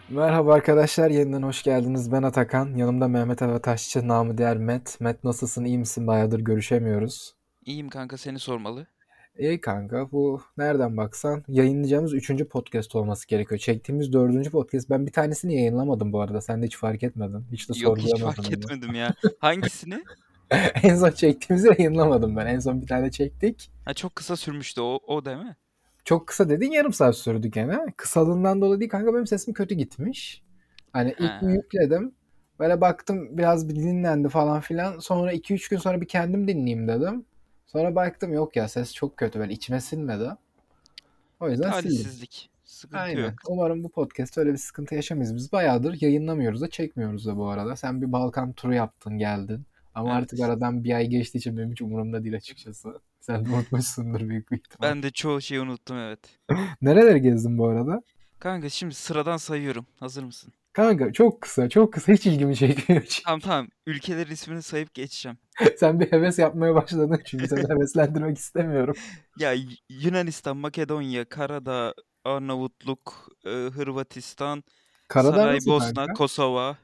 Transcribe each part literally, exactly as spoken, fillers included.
Merhaba arkadaşlar, yeniden hoş geldiniz. Ben Atakan, yanımda Mehmet Eve Taşçı, namı diğer Met. Met nasılsın, iyi misin? Bayağıdır görüşemiyoruz. İyiyim kanka seni sormalı. İyi kanka, bu nereden baksan yayınlayacağımız üçüncü podcast olması gerekiyor. Çektiğimiz dördüncü podcast. Ben bir tanesini yayınlamadım bu arada. Sen de hiç fark etmedin. Hiç de Yok hiç sorgulamadın fark onu. etmedim ya. Hangisini? En son çektiğimizi yayınlamadım ben. En son bir tane çektik. Ha çok kısa sürmüştü o, o değil mi? Çok kısa dedin, yarım saat sürdü gene. Kısalığından dolayı değil kanka, benim sesim kötü gitmiş. Hani ilk bir Ha. yükledim. Böyle baktım biraz bir dinlendi falan filan. Sonra iki üç gün sonra bir kendim dinleyeyim dedim. Sonra baktım yok ya, ses çok kötü. Böyle içime sinmedi. O E, yüzden sildim. talihsizlik. Sıkıntı yok. Aynen. Umarım bu podcast öyle bir sıkıntı yaşamayız. Biz bayağıdır yayınlamıyoruz da çekmiyoruz da bu arada. Sen bir Balkan turu yaptın geldin. Ama artık Evet. aradan bir ay geçtiği için benim hiç umurumda değil açıkçası. Sen de unutmuşsundur büyük bir ihtimal. Ben de çoğu şeyi unuttum evet. Nereleri gezdin bu arada? Kanka şimdi sıradan sayıyorum. Hazır mısın? Kanka çok kısa, çok kısa, hiç ilgimi çekmiyor. Tamam tamam. Ülkelerin ismini sayıp geçeceğim. Sen bir heves yapmaya başladın, çünkü seni heveslendirmek istemiyorum. Ya Y- Yunanistan, Makedonya, Karadağ, Arnavutluk, e, Hırvatistan, Karadağ nasıl Saraybosna, kanka? Kosova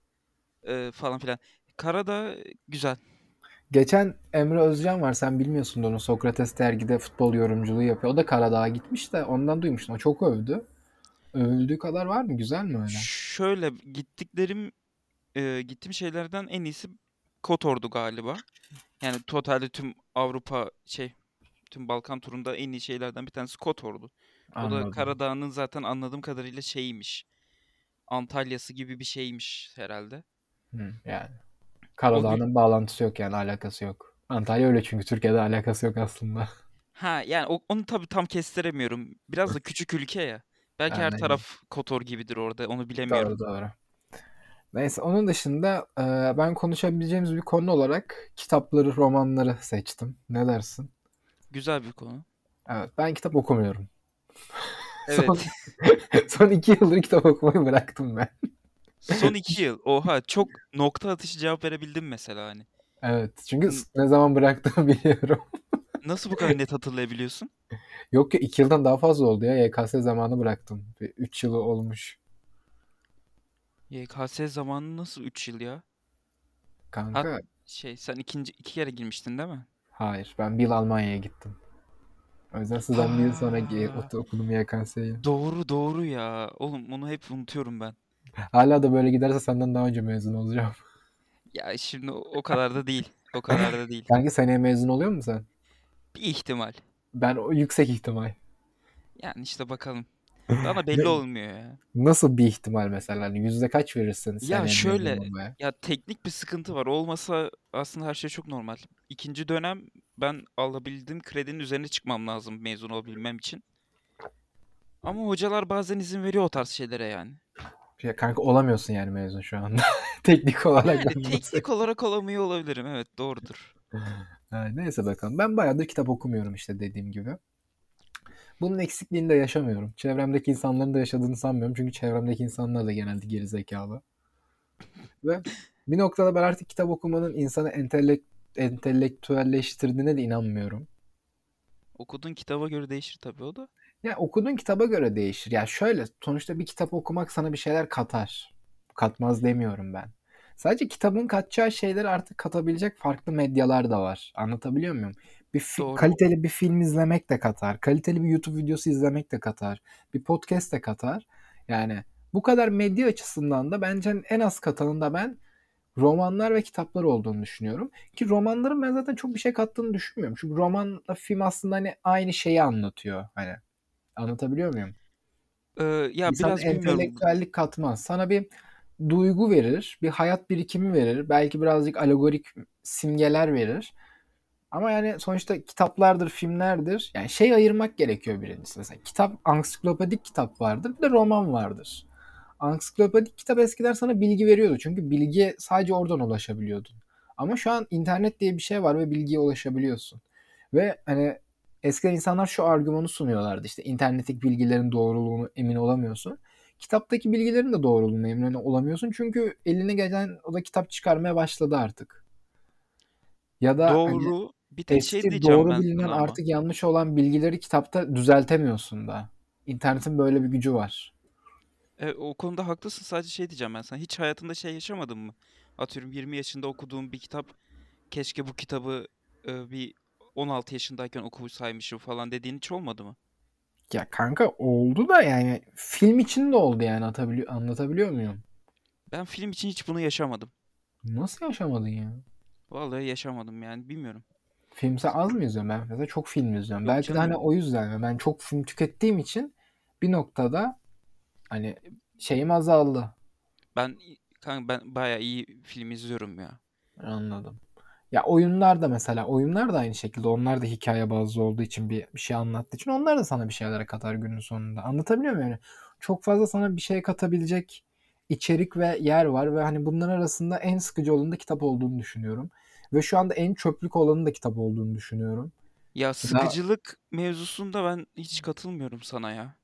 e, falan filan. Karadağ güzel. Geçen Emre Özcan var, sen bilmiyorsun onu. Sokrates dergide futbol yorumculuğu yapıyor. O da Karadağ'a gitmiş de ondan duymuştum. O çok övdü. Övüldüğü kadar var mı? Güzel mi öyle? Şöyle gittiklerim Eee, gittiğim şeylerden en iyisi KOTOR'du galiba. Yani totalde tüm Avrupa şey tüm Balkan turunda en iyi şeylerden bir tanesi KOTOR'du. O da Anladım. Karadağ'ın zaten anladığım kadarıyla şeymiş. Antalya'sı gibi bir şeymiş herhalde. Hı, yani. O gü- Karadağ'ın bağlantısı yok, yani alakası yok. Antalya öyle, çünkü Türkiye'de alakası yok aslında. ha yani o- onu tabii tam kestiremiyorum. Biraz da küçük ülke ya. Belki her Yani taraf KOTOR gibidir orada. Onu bilemiyorum. doğru doğru. Neyse, onun dışında e, ben konuşabileceğimiz bir konu olarak kitapları, romanları seçtim. Ne dersin? Güzel bir konu. Evet, ben kitap okumuyorum. Evet. Son, son iki yıldır kitap okumayı bıraktım ben. Son iki yıl. Oha çok nokta atışı cevap verebildim mesela hani. Evet, çünkü N- ne zaman bıraktığımı biliyorum. Nasıl bu kadar net hatırlayabiliyorsun? Yok ya, iki yıldan daha fazla oldu ya. Y K S zamanı bıraktım. Üç yılı olmuş. Y K S zamanı nasıl üç yıl ya? Hat Kanka şey sen ikinci iki kere girmiştin değil mi? hayır, ben bir yıl Almanya'ya gittim. O yüzden sizden bir yıl sonra gi- Ha, ot- okudum Y K S'yi. doğru doğru ya. Oğlum onu hep unutuyorum ben. Hala da böyle giderse senden daha önce mezun olacağım. Ya şimdi o, o kadar da değil. O kadar da değil. Kanki seneye mezun oluyor musun sen? Bir ihtimal. Ben o yüksek ihtimal. Yani işte bakalım. Bana belli Ne, olmuyor ya. nasıl bir ihtimal mesela? Hani yüzde kaç verirsin Ya seneye mezun şöyle olmaya? ya teknik bir sıkıntı var. Olmasa aslında her şey çok normal. İkinci dönem ben alabildiğim kredinin üzerine çıkmam lazım mezun olabilmem için. Ama hocalar bazen izin veriyor o tarz şeylere yani. Ya kanka, olamıyorsun yani mezun şu anda. Teknik olarak Yani ben bunu teknik olarak olamıyor olabilirim. Evet doğrudur. Ha, neyse bakalım. Ben bayağıdır kitap okumuyorum işte, dediğim gibi. Bunun eksikliğini de yaşamıyorum. Çevremdeki insanların da yaşadığını sanmıyorum. Çünkü çevremdeki insanlar da genelde geri zekalı. Ve bir noktada ben artık kitap okumanın insanı entelek entelektüelleştirdiğine de inanmıyorum. Okuduğun kitaba göre değişir tabii o da. Ya okuduğun kitaba göre değişir. Ya şöyle, sonuçta bir kitap okumak sana bir şeyler katar. Katmaz demiyorum ben. Sadece kitabın katacağı şeyleri artık katabilecek farklı medyalar da var. Anlatabiliyor muyum? Bir fi- Doğru. kaliteli bir film izlemek de katar. Kaliteli bir YouTube videosu izlemek de katar. Bir podcast de katar. Yani bu kadar medya açısından da bence en az katanın da ben romanlar ve kitaplar olduğunu düşünüyorum. Ki romanların ben zaten çok bir şey kattığını düşünmüyorum. Çünkü romanla film aslında hani aynı şeyi anlatıyor. Hani anlatabiliyor muyum? Ee, ya İnsan biraz bilmiyorum. entelektüellik katmaz. Sana bir duygu verir, bir hayat birikimi verir, belki birazcık alegorik simgeler verir. Ama yani sonuçta kitaplardır, filmlerdir. Yani şey ayırmak gerekiyor birincisi. Mesela kitap, ansiklopedik kitap vardır, bir de roman vardır. Ansiklopedik kitap eskiden sana bilgi veriyordu. Çünkü bilgiye sadece oradan ulaşabiliyordun. Ama şu an internet diye bir şey var ve bilgiye ulaşabiliyorsun. Ve hani eskiden insanlar şu argümanı sunuyorlardı. İşte internetteki bilgilerin doğruluğunu emin olamıyorsun. Kitaptaki bilgilerin de doğruluğunu emin olamıyorsun. Çünkü eline gelen o da kitap çıkarmaya başladı artık. Ya da hani Doğru. Bir tek şey eski diyeceğim doğru ben bilinen sana ama. artık yanlış olan bilgileri kitapta düzeltemiyorsun da. İnternetin böyle bir gücü var. E, o konuda haklısın. Sadece şey diyeceğim ben sana. Hiç hayatında şey yaşamadın mı? Atıyorum yirmi yaşında okuduğum bir kitap. Keşke bu kitabı e, bir on altı yaşındayken okusaymışım falan dediğin hiç olmadı mı? Ya kanka oldu da yani film için de oldu yani atabiliyor, anlatabiliyor muyum? Ben film için hiç bunu yaşamadım. Nasıl yaşamadın ya? Vallahi yaşamadım yani bilmiyorum. Film sen az mı izliyorsun? Ben mesela çok film izliyorum. Yok Belki de hani canım. o yüzden mi? Ben çok film tükettiğim için bir noktada hani şeyim azaldı. Ben kanka ben bayağı iyi film izliyorum ya. Anladım. Ya oyunlar da mesela oyunlar da aynı şekilde onlar da hikaye bazlı olduğu için bir, bir şey anlattığı için onlar da sana bir şeyler katar günün sonunda. Anlatabiliyor muyum yani? Çok fazla sana bir şey katabilecek içerik ve yer var ve hani bunların arasında en sıkıcı olanı da kitap olduğunu düşünüyorum. Ve şu anda en çöplük olanı da kitap olduğunu düşünüyorum. Ya Mesela sıkıcılık mevzusunda ben hiç katılmıyorum sana ya.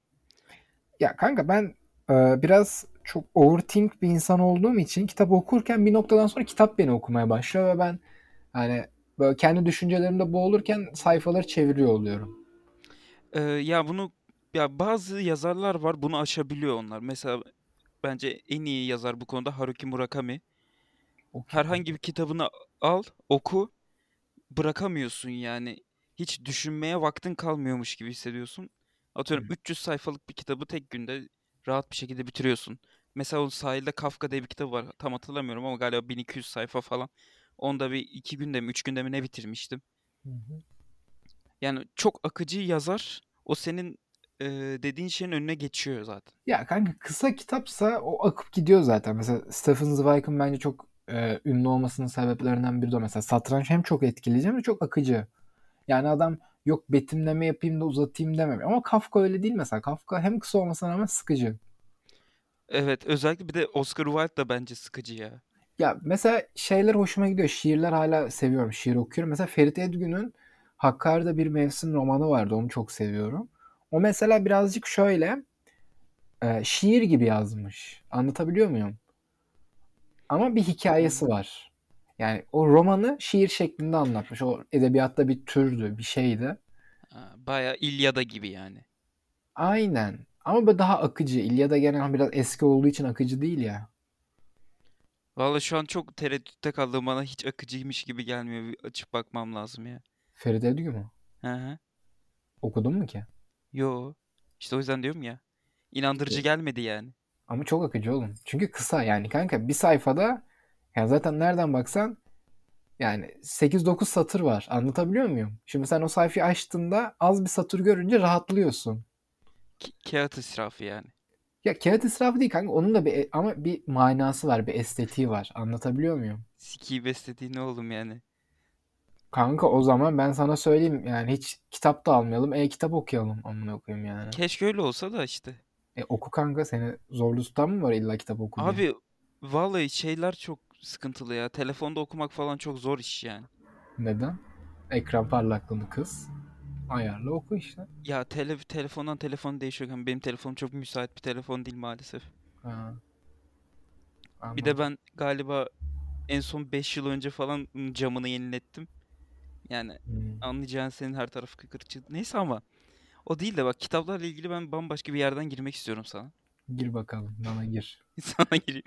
ya kanka ben e, biraz çok overthink bir insan olduğum için kitap okurken bir noktadan sonra kitap beni okumaya başlıyor ve ben hani böyle kendi düşüncelerimde boğulurken sayfaları çeviriyor oluyorum. Ee, ya bunu ya bazı yazarlar var bunu aşabiliyor onlar. Mesela bence en iyi yazar bu konuda Haruki Murakami. O kim Herhangi bir kitabını al, oku, bırakamıyorsun yani. Hiç düşünmeye vaktin kalmıyormuş gibi hissediyorsun. Atıyorum kanka? üç yüz sayfalık bir kitabı tek günde rahat bir şekilde bitiriyorsun. Mesela o Sahilde Kafka diye bir kitabı var. Tam hatırlamıyorum ama galiba bin iki yüz sayfa falan. Onu da bir iki günde mi üç günde mi ne bitirmiştim. Hı hı. Yani çok akıcı yazar. O senin e, dediğin şeyin önüne geçiyor zaten. Ya kanka kısa kitapsa o akıp gidiyor zaten. Mesela Stephen Zweig'ın bence çok e, ünlü olmasının sebeplerinden biri de o. Mesela Satranç hem çok etkileyici hem de çok akıcı. Yani adam yok betimleme yapayım da uzatayım demem. Ama Kafka öyle değil mesela. Kafka hem kısa olmasına rağmen sıkıcı. Evet, özellikle bir de Oscar Wilde da bence sıkıcı ya. Ya mesela şeyler hoşuma gidiyor. Şiirler hala seviyorum. Şiir okuyorum. Mesela Ferit Edgün'ün Hakkari'de Bir Mevsim romanı vardı. Onu çok seviyorum. O mesela birazcık şöyle e, şiir gibi yazmış. Anlatabiliyor muyum? Ama bir hikayesi Anladım. var. Yani o romanı şiir şeklinde anlatmış. O edebiyatta bir türdü, bir şeydi. Ha, bayağı İlyada gibi yani. Aynen. Ama böyle daha akıcı. İlyada gene biraz eski olduğu için akıcı değil ya. Vallahi şu an çok tereddütte kaldım. Bana hiç akıcıymış gibi gelmiyor. Bir açıp bakmam lazım ya. Ferit Edgün mü? Hı hı. Okudun mu ki? Yo. İşte o yüzden diyorum ya. İnandırıcı gelmedi yani. Ama çok akıcı oğlum. Çünkü kısa yani kanka bir sayfada ya zaten nereden baksan yani sekiz dokuz satır var. Anlatabiliyor muyum? Şimdi sen o sayfayı açtığında az bir satır görünce rahatlıyorsun. Ki- kağıt israfı yani. Ya kağıt israfı değil kanka. Onun da bir ama bir manası var, bir estetiği var. Anlatabiliyor muyum? Sikiyim bestediğini oğlum yani. Kanka o zaman ben sana söyleyeyim yani hiç kitap da almayalım. E-kitap okuyalım amına koyayım yani. Keşke öyle olsa da işte. E oku kanka seni zorlu tutan mı var illa kitap oku diye? Abi vallahi şeyler çok sıkıntılı ya. Telefonda okumak falan çok zor iş yani. Neden? Ekran parlaklığını kıs. Ayarla oku işte. Ya tele, telefondan telefon değişiyor. Yani benim telefonum çok müsait bir telefon değil maalesef. Ha, Bir de anladım. ben galiba en son beş yıl önce falan ım, camını yenilettim. Yani Hmm. anlayacağın senin her tarafı kıkırçı. Neyse ama o değil de bak kitaplarla ilgili ben bambaşka bir yerden girmek istiyorum sana. Gir bakalım bana gir. Sana gireyim.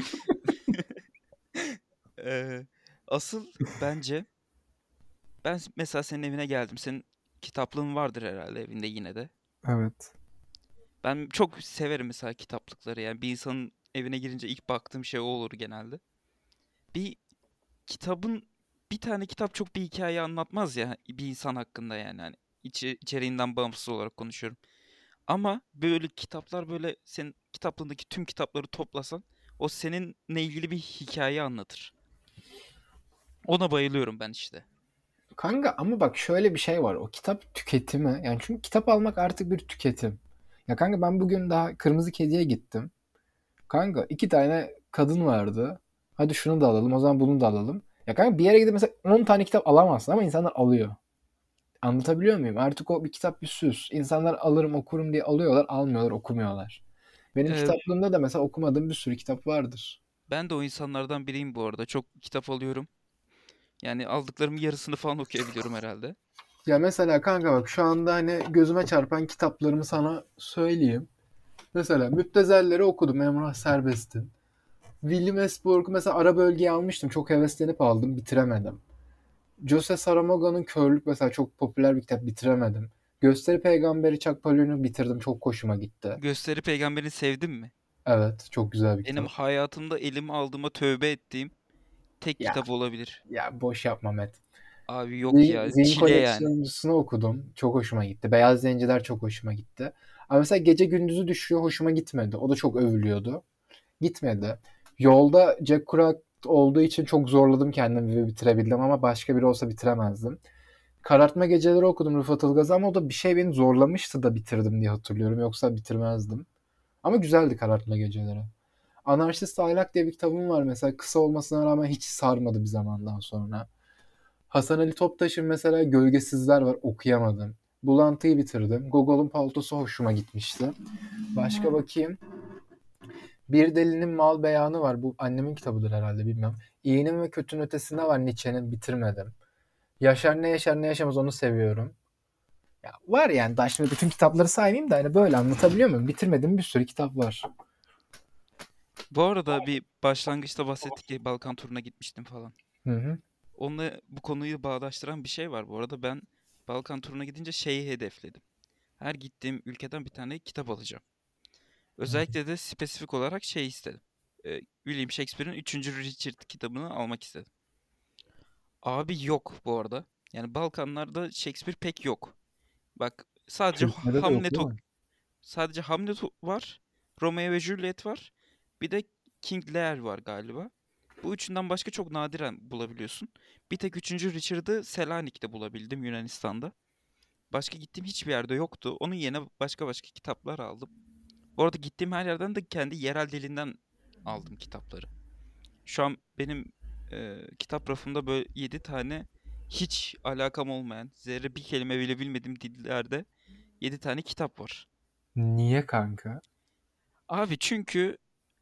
Eee, asıl bence ben s- mesela senin evine geldim. Senin kitaplığın vardır herhalde evinde yine de. Evet. Ben çok severim mesela kitaplıkları. Yani bir insanın evine girince ilk baktığım şey o olur genelde. Bir kitabın bir tane kitap çok bir hikaye anlatmaz ya bir insan hakkında yani hani içi, içeriğinden bağımsız olarak konuşuyorum. Ama böyle kitaplar böyle senin kitaplığındaki tüm kitapları toplasan o seninle ilgili bir hikaye anlatır. Ona bayılıyorum ben işte. Kanka ama bak şöyle bir şey var. O kitap tüketimi. Yani çünkü kitap almak artık bir tüketim. Ya kanka ben bugün daha Kırmızı Kedi'ye gittim. Kanka iki tane kadın vardı. Hadi şunu da alalım o zaman bunu da alalım. Ya kanka bir yere gidip mesela on tane kitap alamazsın ama insanlar alıyor. Anlatabiliyor muyum? Artık o bir kitap bir süs. İnsanlar alırım okurum diye alıyorlar, almıyorlar, okumuyorlar. Benim Ee, kitaplığımda da mesela okumadığım bir sürü kitap vardır. ben de o insanlardan biriyim bu arada. Çok kitap alıyorum. Yani aldıklarımın yarısını falan okuyabiliyorum herhalde. Ya mesela kanka bak şu anda hani gözüme çarpan kitaplarımı sana söyleyeyim. Mesela Müptezelleri okudum. Emrah Serbest'in. William S. Burke'u mesela ara bölgeye almıştım. Çok heveslenip aldım. Bitiremedim. Jose Saramaga'nın Körlük mesela çok popüler bir kitap. Bitiremedim. Gösteri Peygamberi Chuck Palahniuk'u bitirdim. Çok hoşuma gitti. Gösteri Peygamberini sevdin mi? Evet. Çok güzel bir Benim kitap. hayatımda elime aldığıma tövbe ettiğim tek Ya kitap olabilir. ya boş yapma Met. Abi yok Zihin, ya. Zihin Çile yani. Koleksiyoncusu'nu okudum. Çok hoşuma gitti. Beyaz Zenciler çok hoşuma gitti. Ama mesela Gece Gündüzü Düşüyor hoşuma gitmedi. O da çok övülüyordu. Gitmedi. Yolda Jack Kerouac olduğu için çok zorladım kendimi ve bitirebildim ama başka biri olsa bitiremezdim. Karartma Geceleri okudum Rıfat Ilgaz'ı ama o da bir şey beni zorlamıştı da bitirdim diye hatırlıyorum. Yoksa bitirmezdim. Ama güzeldi Karartma Geceleri. Anarşist Ahlak diye bir kitabım var mesela. Kısa olmasına rağmen hiç sarmadı bir zamandan sonra. Hasan Ali Toptaş'ın mesela Gölgesizler var, okuyamadım. Bulantıyı bitirdim. Gogol'un Paltosu hoşuma gitmişti. Başka bakayım. Bir Delinin Mal Beyanı var. Bu annemin kitabıdır herhalde, bilmem. İyinin ve Kötünün Ötesinde var, Nietzsche'nin, bitirmedim. Yaşar Ne Yaşar Ne Yaşamaz, onu seviyorum. Ya var yani, daha şimdi bütün kitapları saymayayım da hani böyle anlatabiliyor muyum? Bitirmediğim bir sürü kitap var. Bu arada bir başlangıçta bahsettik ya Balkan turuna gitmiştim falan. Hı hı. Onunla bu konuyu bağdaştıran bir şey var bu arada. Ben Balkan turuna gidince şeyi hedefledim. Her gittiğim ülkeden bir tane kitap alacağım. Özellikle de spesifik olarak şey istedim. Ee, William Shakespeare'in üçüncü. Richard kitabını almak istedim. Abi yok bu arada. Yani Balkanlarda Shakespeare pek yok. Bak sadece Türkçe'de de yok Hamlet değil ok mi? sadece Hamlet var. Romeo ve Juliet var. Bir de King Lear var galiba. Bu üçünden başka çok nadiren bulabiliyorsun. Bir tek üçüncü. Richard'ı Selanik'te bulabildim, Yunanistan'da. Başka gittiğim hiçbir yerde yoktu. Onun yerine başka başka kitaplar aldım. Bu arada gittiğim her yerden de kendi yerel dilinden aldım kitapları. Şu an benim e, kitap rafımda böyle yedi tane hiç alakam olmayan, zerre bir kelime bile bilmediğim dillerde yedi tane kitap var. Niye kanka? Abi çünkü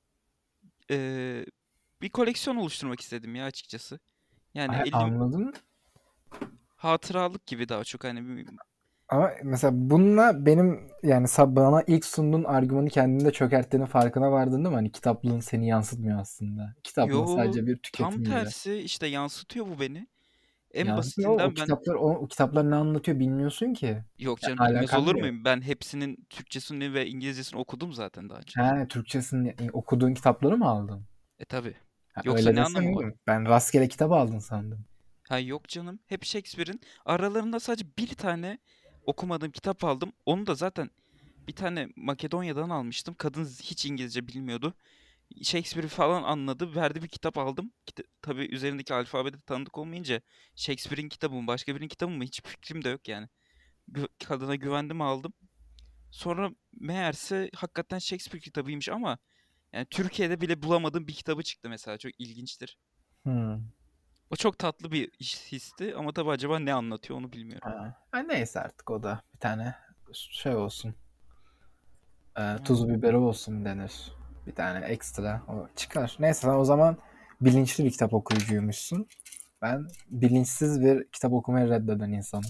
e, bir koleksiyon oluşturmak istedim ya açıkçası. Yani Ay, elim anladım. hatıralık gibi daha çok hani bir- Ama mesela bununla benim yani sa- bana ilk sunduğun argümanı kendinde çökerttiğinin farkına vardın değil mi? Hani kitaplığın seni yansıtmıyor aslında. Kitaplığın yo sadece bir tam tüketim gibi. tersi işte yansıtıyor bu beni. En Yansıtmıyor. O basitinden ben kitaplar o, o kitaplar ne anlatıyor bilmiyorsun ki. yok Yani canım bilmez alakan olur bile yok. muyum? Ben hepsinin Türkçesini ve İngilizcesini okudum zaten daha önce. He, Türkçesini okuduğun kitapları mı aldın? E tabi. Ha, Yoksa öyle ne desene anlamı var? oğlum. Ben rastgele kitap aldın sandım. Ha yok canım. Hep Shakespeare'in aralarında sadece bir tane okumadığım kitap aldım. Onu da zaten bir tane Makedonya'dan almıştım. Kadın hiç İngilizce bilmiyordu. Shakespeare'i falan anladı. Verdi bir kitap aldım. Kita- tabii üzerindeki alfabede tanıdık olmayınca Shakespeare'in kitabı mı başka birinin kitabı mı hiç fikrim de yok yani. Gü- kadına güvendim aldım. Sonra meğerse hakikaten Shakespeare kitabıymış ama yani Türkiye'de bile bulamadığım bir kitabı çıktı mesela. Çok ilginçtir. Hmm. O çok tatlı bir his- histi ama tabii acaba ne anlatıyor onu bilmiyorum. Ha. Ha, neyse artık o da bir tane şey olsun. E, tuzu Aynen. biberi olsun denir. Bir tane ekstra o çıkar. Neyse, sen o zaman bilinçli bir kitap okuyucuymuşsun. Ben bilinçsiz bir kitap okumayı reddeden insanım.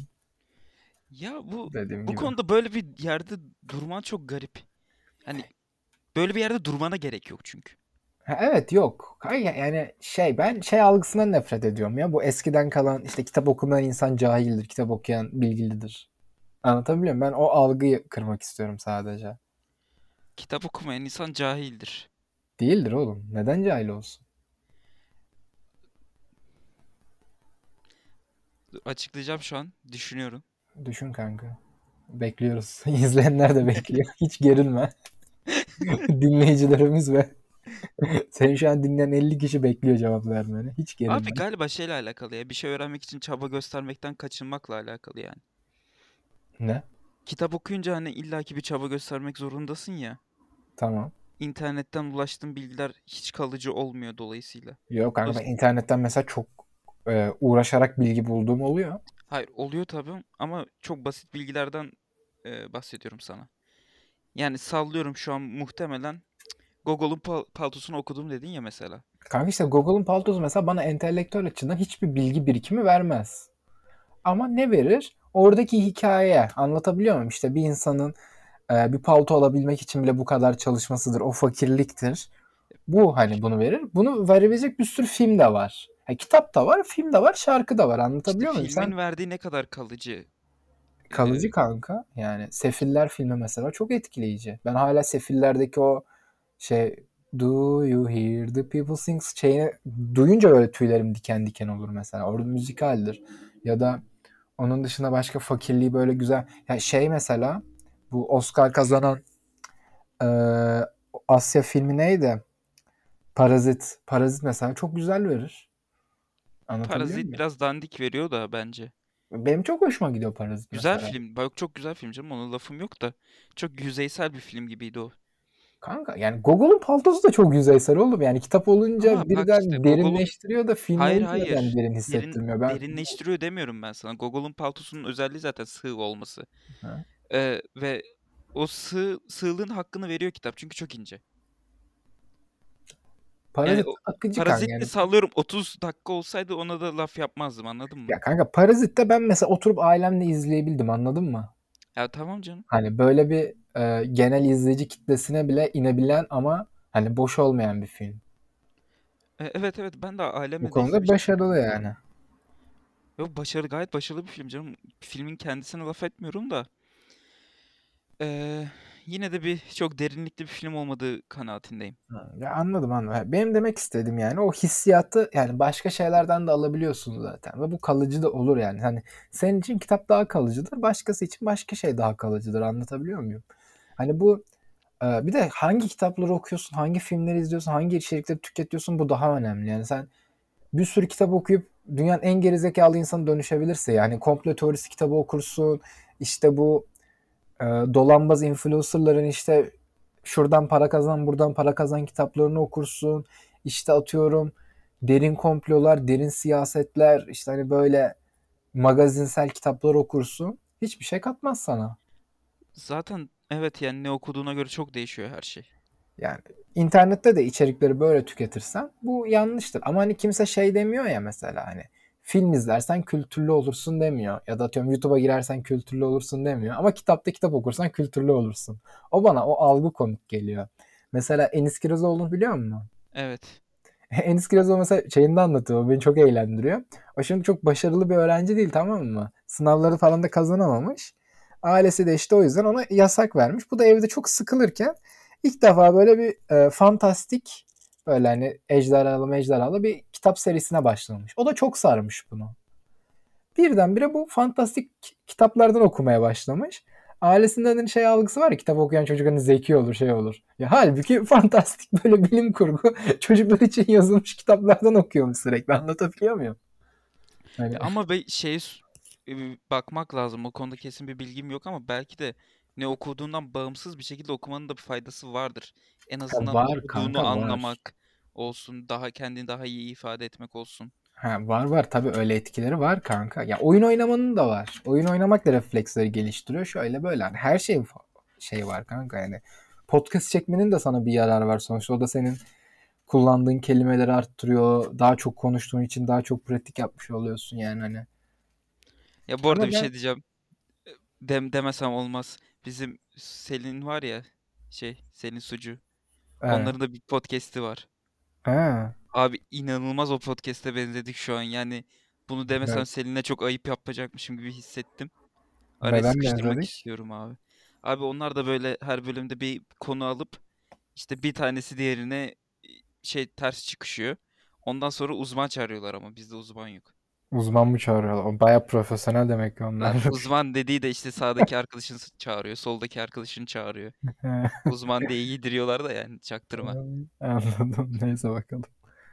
Ya bu Dediğim bu gibi. konuda böyle bir yerde durman çok garip. Hani böyle bir yerde durmana gerek yok çünkü. Ha, evet, yok. Hayır, yani şey, ben şey algısından nefret ediyorum ya. Bu eskiden kalan işte kitap okumayan insan cahildir, kitap okuyan bilgilidir. Anlatabiliyor muyum? Ben o algıyı kırmak istiyorum sadece. Kitap okumayan insan cahildir. Değildir oğlum. Neden cahil olsun? Açıklayacağım şu an. Düşünüyorum. Düşün kanka. Bekliyoruz. İzleyenler de bekliyor. Hiç gerilme. Dinleyicilerimiz ve seni şu an dinleyen elli kişi bekliyor cevap vermeni. Hiç Abi gerilme. galiba şeyle alakalı ya. Bir şey öğrenmek için çaba göstermekten kaçınmakla alakalı yani. Ne? Kitap okuyunca hani illaki bir çaba göstermek zorundasın ya. Tamam. İnternetten ulaştığın bilgiler hiç kalıcı olmuyor dolayısıyla. Yok kanka, ben Dolayısıyla internetten mesela çok e, uğraşarak bilgi bulduğum oluyor. hayır oluyor tabii ama çok basit bilgilerden e, bahsediyorum sana. Yani sallıyorum şu an muhtemelen Gogol'un pal- paltosunu okudum dedin ya mesela. Kanka işte Google'ın paltosu mesela bana entelektüel açıdan hiçbir bilgi birikimi vermez. Ama ne verir? Oradaki hikaye. Anlatabiliyor muyum? İşte bir insanın Ee, bir palto alabilmek için bile bu kadar çalışmasıdır. O fakirliktir. Bu hani bunu verir. Bunu verebilecek bir sürü film de var. Ha, kitap da var, film de var, şarkı da var. İşte Anlatabiliyor muyum? Sen filmin verdiği ne kadar kalıcı. kalıcı Ee, kanka. Yani Sefiller filmi mesela çok etkileyici. Ben hala Sefiller'deki o şey Do you hear the people sing şeyini duyunca böyle tüylerim diken diken olur mesela. Orada müzikaldir. Ya da onun dışında başka fakirliği böyle güzel. Ya şey mesela bu Oscar kazanan eee, Asya filmi neydi? Parazit. Parazit mesela çok güzel verir. Anlatabiliyor Parazit muyum? biraz dandik veriyor da bence. Benim çok hoşuma gidiyor Parazit Güzel mesela. film. Bak çok güzel film canım. Ona lafım yok da. Çok yüzeysel bir film gibiydi o. Kanka yani Gogol'un paltosu da çok yüzeysel oğlum. Yani kitap olunca Ama bak işte birden Gogol'un derinleştiriyor da film hayır olunca neden hayır. derin Derin hissettirmiyor. Ben derinleştiriyor demiyorum ben sana. Gogol'un paltosunun özelliği zaten sığ olması. ha. Ee, ve o sığ, sığlığın hakkını veriyor kitap çünkü çok ince. Yani Parazit o akıcı kanka Parazit'te yani. sallıyorum otuz dakika olsaydı ona da laf yapmazdım anladın mı? Ya kanka Parazit'te ben mesela oturup ailemle izleyebildim anladın mı? Ya tamam canım. Hani böyle bir e, genel izleyici kitlesine bile inebilen ama hani boş olmayan bir film. E, evet evet ben de Bu ailemle de konuda izlemiştim. başarılı yani. Yok başarılı gayet başarılı bir film canım. Filmin kendisine laf etmiyorum da. Ee, yine de bir çok derinlikli bir film olmadığı kanaatindeyim. Ha, ya anladım anladım. Benim demek istediğim yani o hissiyatı yani başka şeylerden de alabiliyorsun zaten ve bu kalıcı da olur yani. Hani senin için kitap daha kalıcıdır, başkası için başka şey daha kalıcıdır. Anlatabiliyor muyum? Hani bu e, bir de hangi kitapları okuyorsun, hangi filmleri izliyorsun, hangi içerikleri tüketiyorsun bu daha önemli. Yani sen bir sürü kitap okuyup dünyanın en gerizekalı insanı dönüşebilirse yani komplo teorisi kitabı okursun, işte bu e, dolanbaz influencerların işte şuradan para kazan buradan para kazan kitaplarını okursun. İşte atıyorum derin komplolar, derin siyasetler, işte hani böyle magazinsel kitaplar okursun. Hiçbir şey katmaz sana. Zaten evet yani ne okuduğuna göre çok değişiyor her şey. Yani internette de içerikleri böyle tüketirsen bu yanlıştır. Ama hani kimse şey demiyor ya mesela hani film izlersen kültürlü olursun demiyor. Ya da atıyorum YouTube'a girersen kültürlü olursun demiyor. Ama kitapta kitap okursan kültürlü olursun. O bana o algı komik geliyor. Mesela Enis Kirazoğlu'nu biliyor musun? Evet. Enis Kirazoğlu mesela şeyinde anlatıyor. O beni çok eğlendiriyor. O şimdi çok başarılı bir öğrenci değil tamam mı? Sınavları falan da kazanamamış. Ailesi de işte o yüzden ona yasak vermiş. Bu da evde çok sıkılırken ilk defa böyle bir e, fantastik böyle hani ejderhalı mejderhalı bir kitap serisine başlamış. O da çok sarmış bunu. Birdenbire bu fantastik kitaplardan okumaya başlamış. Ailesinden hani şey algısı var ya kitap okuyan çocuk hani zeki olur şey olur. Ya halbuki fantastik böyle bilim kurgu çocuklar için yazılmış kitaplardan okuyormuş sürekli anlatabiliyor muyum? Hani Ya ama be şey bakmak lazım. O konuda kesin bir bilgim yok ama belki de ne okuduğundan bağımsız bir şekilde okumanın da bir faydası vardır. En ha, azından var okuduğunu kanka var. anlamak olsun, daha kendini daha iyi ifade etmek olsun. Ha, var var tabii öyle etkileri var kanka. Ya oyun oynamanın da var. Oyun oynamak da refleksleri geliştiriyor. Şöyle böyle hani her şey şey var kanka yani. Podcast çekmenin de sana bir yararı var sonuçta. O da senin kullandığın kelimeleri arttırıyor. Daha çok konuştuğun için daha çok pratik yapmış oluyorsun yani hani. Ya bu arada Ama bir ben şey diyeceğim. Dem demesem olmaz. Bizim Selin var ya şey Selin Sucu. evet. Onların da bir podcast'i var. Ha, Abi inanılmaz o podcast'e benzedik şu an. Yani bunu demesem evet. Selin'e çok ayıp yapacakmışım gibi hissettim. Araya Neden sıkıştırmak benzedik? istiyorum abi. Abi onlar da böyle her bölümde bir konu alıp işte bir tanesi diğerine şey ters çıkışıyor. Ondan sonra uzman çağırıyorlar ama bizde uzman yok. Uzman mı çağırıyorlar? O baya profesyonel demek ki onlar. Lan uzman dediği de işte sağdaki arkadaşını çağırıyor, soldaki arkadaşını çağırıyor. Uzman diye yediriyorlar da yani çaktırma. Anladım. Neyse bakalım.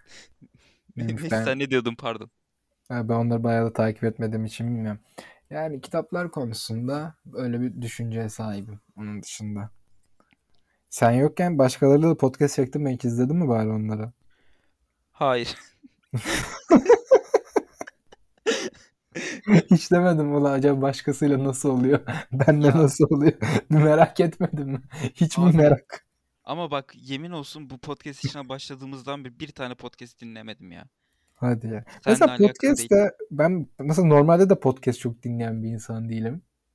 Neymiş Neyse ben sen ne diyordun pardon. ben onları bayağı da takip etmediğim için bilmiyorum. Yani kitaplar konusunda öyle bir düşünceye sahibim. Onun dışında. Sen yokken başkalarıyla da podcast çektim mi? Hiç izledin mi bari onları? Hayır. Hiç demedim ulan acaba başkasıyla nasıl oluyor? Benle Ya nasıl oluyor? Bir merak etmedim mi? Hiç mi abi merak? ama bak yemin olsun bu podcast işine başladığımızdan beri bir tane podcast dinlemedim ya. Hadi ya. Seninle Mesela alakalı değil. podcast'te ben mesela normalde de podcast çok dinleyen bir insan değilim.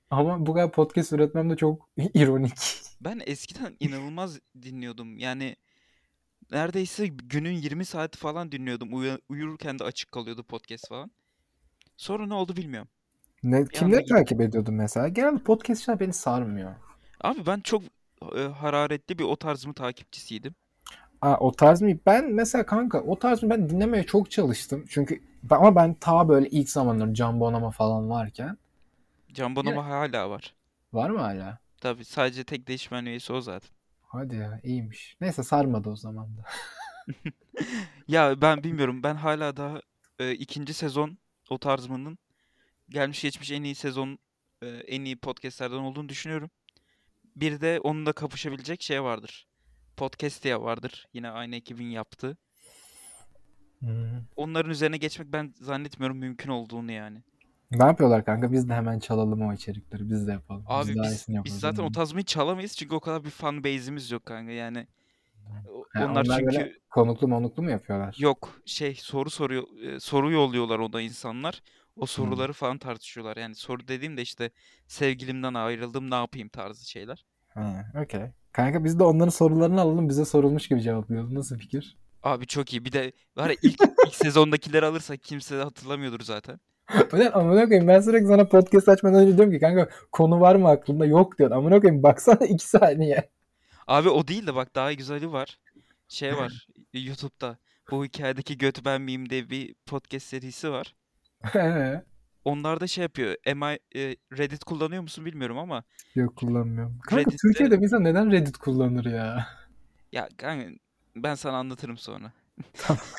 Ama bu kadar podcast üretmem de çok ironik. Ben eskiden inanılmaz dinliyordum. Yani neredeyse günün yirmi saati falan dinliyordum. Uya- uyurken de açık kalıyordu podcast falan. Sonra ne oldu bilmiyorum. Ne, Bir anda kimleri gitti. takip ediyordun mesela? Genelde podcastçılar beni sarmıyor. Abi ben çok e, hararetli bir o tarzımı takipçisiydim. Aa, o tarz mı? Ben mesela kanka o tarz mı ben dinlemeye çok çalıştım. Çünkü ben- ama ben ta böyle ilk zamanlar Can Bonomo falan varken. Can Ya, Bonomo hala var. var mı hala? Tabii sadece tek değişmeyen üyesi o zaten. Hadi ya, iyiymiş. Neyse sarmadı o zaman da. Ya ben bilmiyorum. Ben hala daha e, ikinci sezon o tarzımının gelmiş geçmiş en iyi sezon, e, en iyi podcastlerden olduğunu düşünüyorum. Bir de onunla kapışabilecek şey vardır. Podcastia vardır. Yine aynı ekibin yaptığı. Hmm. Onların üzerine geçmek ben zannetmiyorum mümkün olduğunu yani. Ne yapıyorlar kanka? Biz de hemen çalalım o içerikleri. Biz de yapalım. Biz Abi daha biz iyisini biz yaparız zaten o eminim. tazmin'i çalamayız çünkü o kadar bir fan base'imiz yok kanka. Yani o- Ha, onlar onlar böyle çünkü konuklu monuklu mu yapıyorlar? yok şey soru soruyor e, soru yolluyorlar ona insanlar. O Hmm. soruları falan tartışıyorlar. Yani soru dediğim de işte sevgilimden ayrıldım ne yapayım tarzı şeyler. Ha, okey. Kanka biz de onların sorularını alalım. Bize sorulmuş gibi cevaplayalım. Nasıl fikir? Abi çok iyi. Bir de var ya ilk ilk sezondakileri alırsak kimse de hatırlamıyordur zaten. Ulan amına koyayım ben sürekli sana podcast açmadan önce diyorum ki kanka konu var mı aklında? Yok diyorsun. Amına koyayım baksana iki saniye. Abi o değil de bak daha güzeli var. Şey var YouTube'da. Bu hikayedeki göt ben miyim diye bir podcast serisi var. Onlar da şey yapıyor. Am I, e, Reddit kullanıyor musun bilmiyorum ama Yok kullanmıyorum. Kanka Reddit'te Türkiye'de bir insan neden Reddit kullanır ya? ya kanka ben sana anlatırım sonra. Tamam.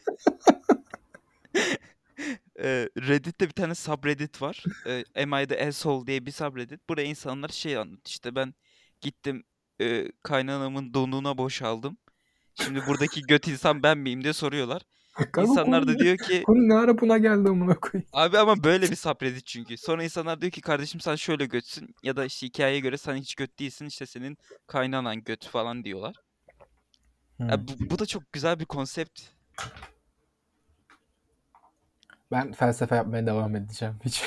Eee, Reddit'te bir tane subreddit var. Eee, Am I the asshole diye bir subreddit. Buraya insanlar şey anlatıyor. İşte ben gittim eee kaynanamın donuna boşaldım. Şimdi buradaki göt insan ben miyim diye soruyorlar. Kanka konu İnsanlar da ne? diyor ki Konu ne ara buna geldi amına koyayım. abi ama böyle bir subreddit çünkü. Sonra insanlar diyor ki kardeşim sen şöyle götsün ya da işte hikayeye göre sen hiç göt değilsin işte senin kaynanan göt falan diyorlar. Hmm. Ya bu, bu da çok güzel bir konsept. Ben felsefe yapmaya devam edeceğim. Hiç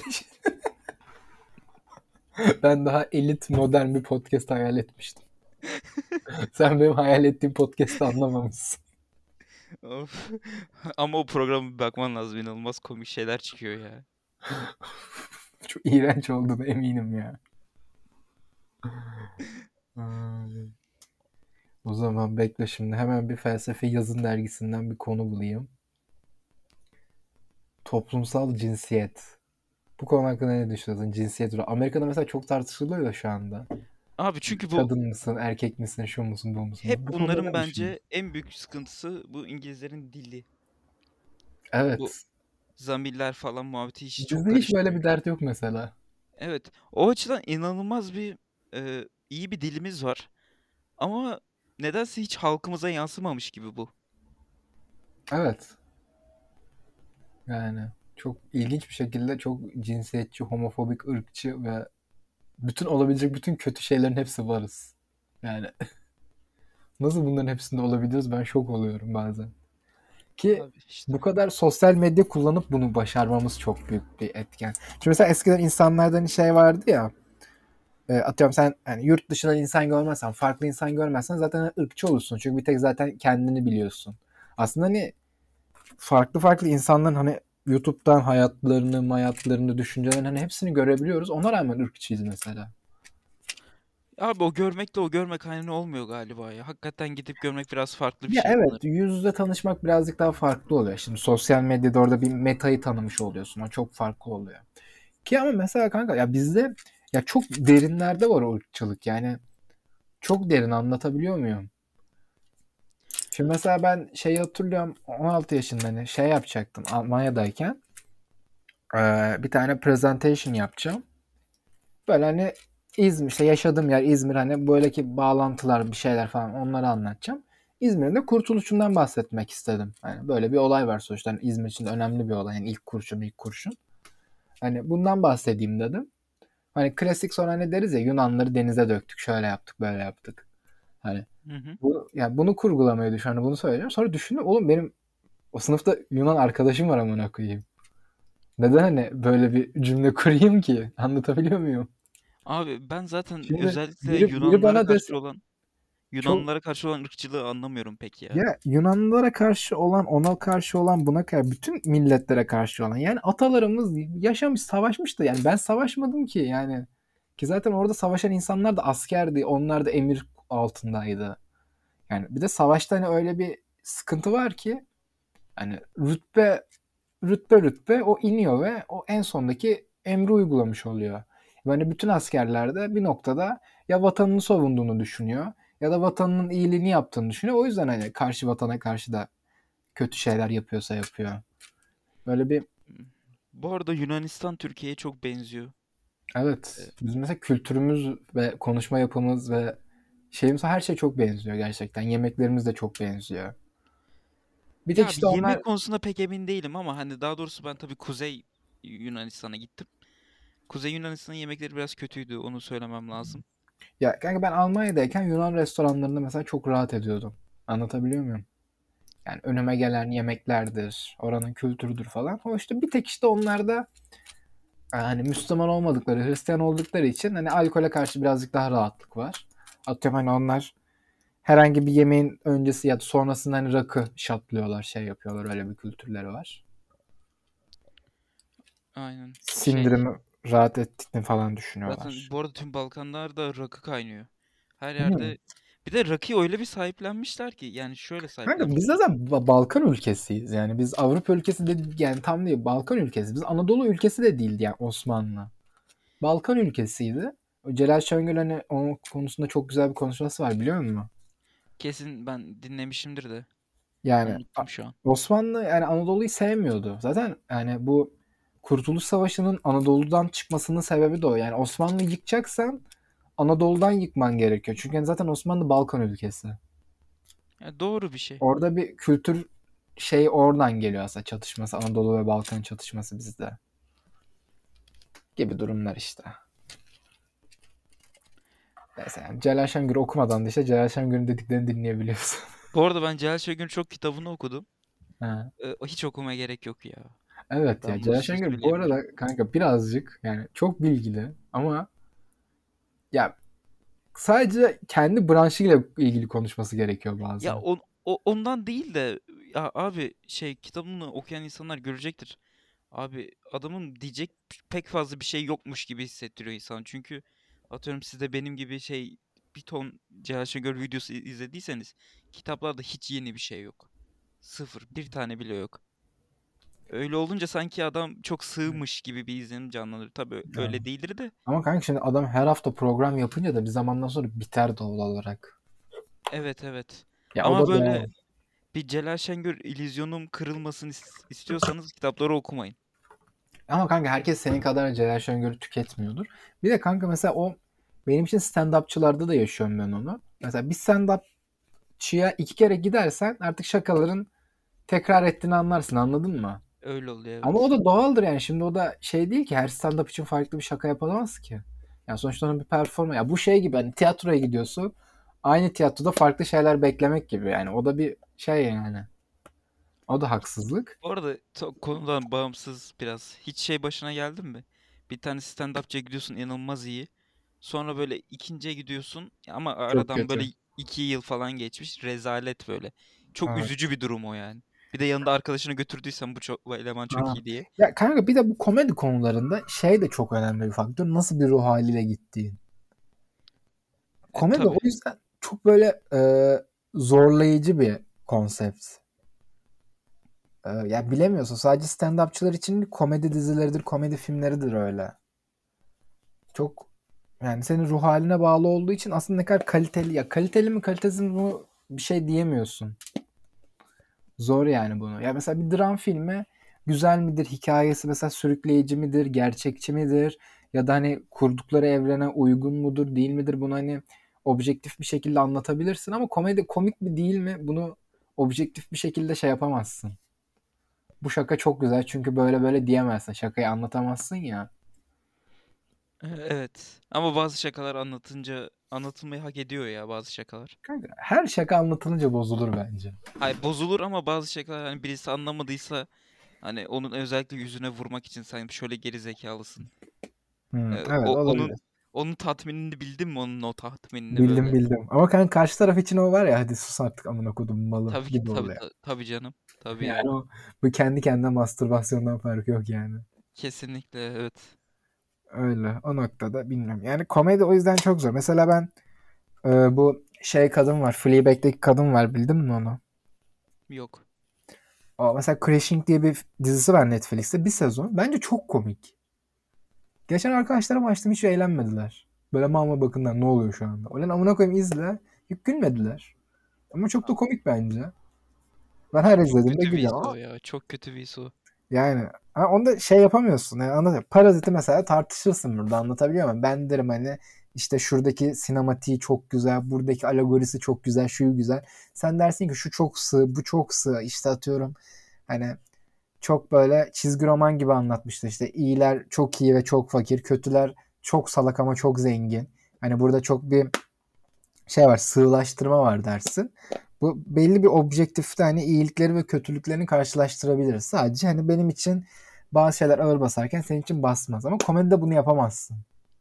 ben daha elit modern bir podcast hayal etmiştim. Sen benim hayal ettiğim podcast'ı anlamamışsın. Of. Ama o programa bir bakman lazım. İnanılmaz komik şeyler çıkıyor ya. Çok iğrenç olduğunu eminim ya. Ay. O zaman bekle şimdi hemen bir felsefe yazın dergisinden bir konu bulayım. Toplumsal cinsiyet. Bu konu hakkında ne düşünüyorsun? Cinsiyet. Amerika'da mesela çok tartışılıyor da şu anda. Abi çünkü bu Kadın mısın, erkek misin, şu musun, bu musun? hep Bu konuda bunların ne bence düşünüyorsun? en büyük sıkıntısı bu İngilizlerin dili. Bu Evet. zamirler falan muhabbeti hiç çok Bizde hiç böyle karıştırıyor. bir dert yok mesela. Evet. O açıdan inanılmaz bir e, iyi bir dilimiz var. Ama nedense hiç halkımıza yansımamış gibi bu. Evet. Yani çok ilginç bir şekilde çok cinsiyetçi, homofobik, ırkçı ve bütün olabilecek bütün kötü şeylerin hepsi varız. Yani nasıl bunların hepsinde olabiliyoruz ben şok oluyorum bazen. Ki Abi işte. bu kadar sosyal medya kullanıp bunu başarmamız çok büyük bir etken. Çünkü mesela eskiden insanlardan şey vardı ya, e, atıyorum sen yani yurt dışından insan görmezsen, farklı insan görmezsen zaten ırkçı olursun. Çünkü bir tek zaten kendini biliyorsun. Aslında hani farklı farklı insanların hani YouTube'dan hayatlarını, hayatlarını, düşüncelerini hani hepsini görebiliyoruz. Ona rağmen ırkçıyız mesela. Abi o görmekle o görmek aynı olmuyor galiba ya. Hakikaten gidip görmek biraz farklı bir Ya şey evet sanırım. yüz yüze tanışmak birazcık daha farklı oluyor. Şimdi sosyal medyada orada bir metayı tanımış oluyorsun. O çok farklı oluyor. Ki ama mesela kanka ya bizde ya çok derinlerde var o ırkçılık. Yani çok derin anlatabiliyor muyum? Şimdi mesela ben şeyi hatırlıyorum on altı yaşında hani şey yapacaktım Almanya'dayken eee, bir tane presentation yapacağım. Böyle hani İzmir işte yaşadığım yer İzmir hani böyleki bağlantılar bir şeyler falan onları anlatacağım. İzmir'in de kurtuluşundan bahsetmek istedim. Hani böyle bir olay var sonuçta. Hani İzmir için önemli bir olay. Yani ilk kurşun ilk kurşun. Hani bundan bahsedeyim dedim. Hani klasik sonra hani deriz ya Yunanları denize döktük şöyle yaptık böyle yaptık. Hani Hı hı. bu, yani bunu kurgulamayı düşün. Hani bunu söyleyeceğim. Sonra düşündüm oğlum benim o sınıfta Yunan arkadaşım var amına koyayım. Neden hani böyle bir cümle kurayım ki? Anlatabiliyor muyum? Abi ben zaten Şimdi özellikle biri, biri Yunanlılara bana dese karşı olan çok Yunanlılara karşı olan ırkçılığı anlamıyorum pek ya. ya Yunanlılara karşı olan, ona karşı olan, buna karşı bütün milletlere karşı olan. Yani atalarımız yaşamış, savaşmış da yani ben savaşmadım ki yani. Ki zaten orada savaşan insanlar da askerdi. Onlar da emir altındaydı. Yani bir de savaşta hani öyle bir sıkıntı var ki hani rütbe rütbe rütbe o iniyor ve o en sondaki emri uygulamış oluyor. Yani bütün askerler de bir noktada ya vatanını savunduğunu düşünüyor ya da vatanının iyiliğini yaptığını düşünüyor. O yüzden hani karşı vatana karşı da kötü şeyler yapıyorsa yapıyor. Böyle bir Bu arada Yunanistan Türkiye'ye çok benziyor. E, evet bizim mesela kültürümüz ve konuşma yapımız ve şeyimiz her şey çok benziyor gerçekten. Yemeklerimiz de çok benziyor. Bir tek Ya bir işte onlar yemek konusunda pek emin değilim ama hani daha doğrusu ben tabii Kuzey Yunanistan'a gittim. Kuzey Yunanistan'ın yemekleri biraz kötüydü, onu söylemem lazım. ya kanka ben Almanya'dayken Yunan restoranlarında mesela çok rahat ediyordum. Anlatabiliyor muyum? Yani önüme gelen yemeklerdir, oranın kültürüdür falan. O işte bir tek işte onlarda hani Müslüman olmadıkları, Hristiyan oldukları için hani alkole karşı birazcık daha rahatlık var. Atıyorum hani onlar herhangi bir yemeğin öncesi ya da sonrasında hani rakı şatlıyorlar, şey yapıyorlar. Öyle bir kültürleri var. Aynen. Şey, Sindirimi rahat ettiklerini falan zaten düşünüyorlar. bu arada tüm Balkanlarda rakı kaynıyor. Her Hı. yerde bir de rakıyı öyle bir sahiplenmişler ki, yani şöyle Kanka biz de sahiplenmişler. zaten Ba- Balkan ülkesiyiz. Yani biz Avrupa ülkesi de yani tam değil Balkan ülkesi. Biz Anadolu ülkesi de değildi yani Osmanlı. Balkan ülkesiydi. O Celal Şengör hani onun konusunda çok güzel bir konuşması var biliyor musun? Kesin ben dinlemişimdir de Yani A- unuttum şu an. Osmanlı yani Anadolu'yu sevmiyordu. Zaten yani bu Kurtuluş Savaşı'nın Anadolu'dan çıkmasının sebebi de o. Yani Osmanlı'yı yıkacaksan Anadolu'dan yıkman gerekiyor. Çünkü yani zaten Osmanlı Balkan ülkesi. Ya doğru bir şey. Orada bir kültür şey oradan geliyor aslında çatışması. Anadolu ve Balkan çatışması bizde. Gibi durumlar işte. Mesela yani Celal Şengör'ü okumadan da işte Celal Şengör'ün dediklerini dinleyebiliyorsun. Bu arada ben Celal Şengör'ün çok kitabını okudum. Ha. Ee, hiç okumaya gerek yok ya. Evet ya Ben bunu Celal size Şengör bu söyleyebilirim. arada kanka birazcık yani çok bilgili ama ya sadece kendi branşıyla ilgili konuşması gerekiyor Ya bazen. on, o, ondan değil de, ya abi şey, kitabını okuyan insanlar görecektir. Abi adamın diyecek pek fazla bir şey yokmuş gibi hissettiriyor insan. Çünkü atıyorum siz de benim gibi şey bir ton Celal Şengör videosu izlediyseniz, kitaplarda hiç yeni bir şey yok. Sıfır. Bir tane bile yok. Öyle olunca sanki adam çok sığmış gibi bir izlenim canlanır. Tabii Evet. öyle değildir de. Ama kanka şimdi adam her hafta program yapınca da bir zamandan sonra biter doğal olarak. Evet, evet. Ya o Ama da böyle doğal. bir Celal Şengör illüzyonum kırılmasını is- istiyorsanız kitapları okumayın. Ama kanka herkes senin kadar Celal Şengör'ü tüketmiyordur. Bir de kanka mesela o benim için stand-upçılarda da yaşıyorum ben onu. Mesela bir stand-upçıya iki kere gidersen artık şakaların tekrar ettiğini anlarsın anladın mı? Öyle oluyor, Ama o evet. da doğaldır yani. Şimdi o da şey değil ki her stand-up için farklı bir şaka yapamaz ki. Yani sonuçta onun bir performa. Ya bu şey gibi hani tiyatroya gidiyorsun. Aynı tiyatroda farklı şeyler beklemek gibi yani. O da bir şey yani. O da haksızlık. Bu arada to- konudan bağımsız biraz. Hiç şey başına geldi mi? Bir tane stand-upçıya gidiyorsun, inanılmaz iyi. Sonra böyle ikinciye gidiyorsun ama Çok aradan böyle kötü. iki yıl falan geçmiş. Rezalet böyle. Çok üzücü Evet. bir durum o yani. Bir de yanında arkadaşını götürdüysen bu, çok, bu eleman çok Ha. iyi diye. Ya kanka bir de bu komedi konularında şey de çok önemli bir faktör. Nasıl bir ruh haliyle gittiğin. E Komedi o tabii. yüzden çok böyle e, zorlayıcı bir konsept. E, ya bilemiyorsun. Sadece stand-upçılar için değil, komedi dizileridir, komedi filmleridir öyle. Çok yani senin ruh haline bağlı olduğu için aslında ne kadar kaliteli ya kaliteli mi kalitesiz mi bunu bir şey diyemiyorsun. Zor yani bunu. Ya mesela bir dram filmi güzel midir? Hikayesi mesela sürükleyici midir? Gerçekçi midir? Ya da hani kurdukları evrene uygun mudur? Değil midir? Bunu hani objektif bir şekilde anlatabilirsin ama komedi komik mi değil mi? Bunu objektif bir şekilde şey yapamazsın. Bu şaka çok güzel çünkü böyle böyle diyemezsin. Şakayı anlatamazsın ya. E, Evet. Ama bazı şakalar anlatınca anlatılmayı hak ediyor ya, bazı şakalar. Kanka, her şaka anlatılınca bozulur bence. Hayır, bozulur ama bazı şakalar hani birisi anlamadıysa Hani onun özellikle yüzüne vurmak için sen şöyle geri zekalısın. Hmm, Ee, evet o onun olabilir. onun tatminini bildin mi, onun o tatminini Bildim böyle? bildim. Ama kanka karşı taraf için o var ya, hadi sus artık amına kodum malı Tabii ki, gibi tabii oluyor. ta- tabii canım. Tabii Yani yani. o, bu kendi kendine mastürbasyondan farkı yok yani. Kesinlikle evet. Öyle. O noktada bilmiyorum. Yani komedi o yüzden çok zor. Mesela ben e, bu şey kadın var. Fleabag'deki kadın var. Bildin mi onu? Yok. O mesela Crashing diye bir dizisi var Netflix'te. Bir sezon. Bence çok komik. Geçen arkadaşlarım açtım, hiç eğlenmediler. Böyle mal mal bakınlar, ne oluyor şu anda. Ulan amına koyayım izle. Hiç gülmediler. Ama çok da Abi, komik bence. Ben her abi çok izlediğimde kötü bir gülüyorum his o ama ya. Çok kötü bir his o. yani ha, onda şey yapamıyorsun. Yani anlatayım. Parazit'i mesela tartışırsın burada, anlatabiliyor muyum? Ben derim hani işte şuradaki sinematiği çok güzel, buradaki alegorisi çok güzel, şu güzel. Sen dersin ki şu çok sığ, bu çok sığ. İşte atıyorum hani çok böyle çizgi roman gibi anlatmıştı. İşte iyiler çok iyi ve çok fakir, kötüler çok salak ama çok zengin. Hani burada çok bir şey var, sığlaştırma var dersin. Bu belli bir objektifte hani iyilikleri ve kötülüklerini karşılaştırabiliriz. Sadece hani benim için bazı şeyler ağır basarken senin için basmaz. Ama komedide bunu yapamazsın.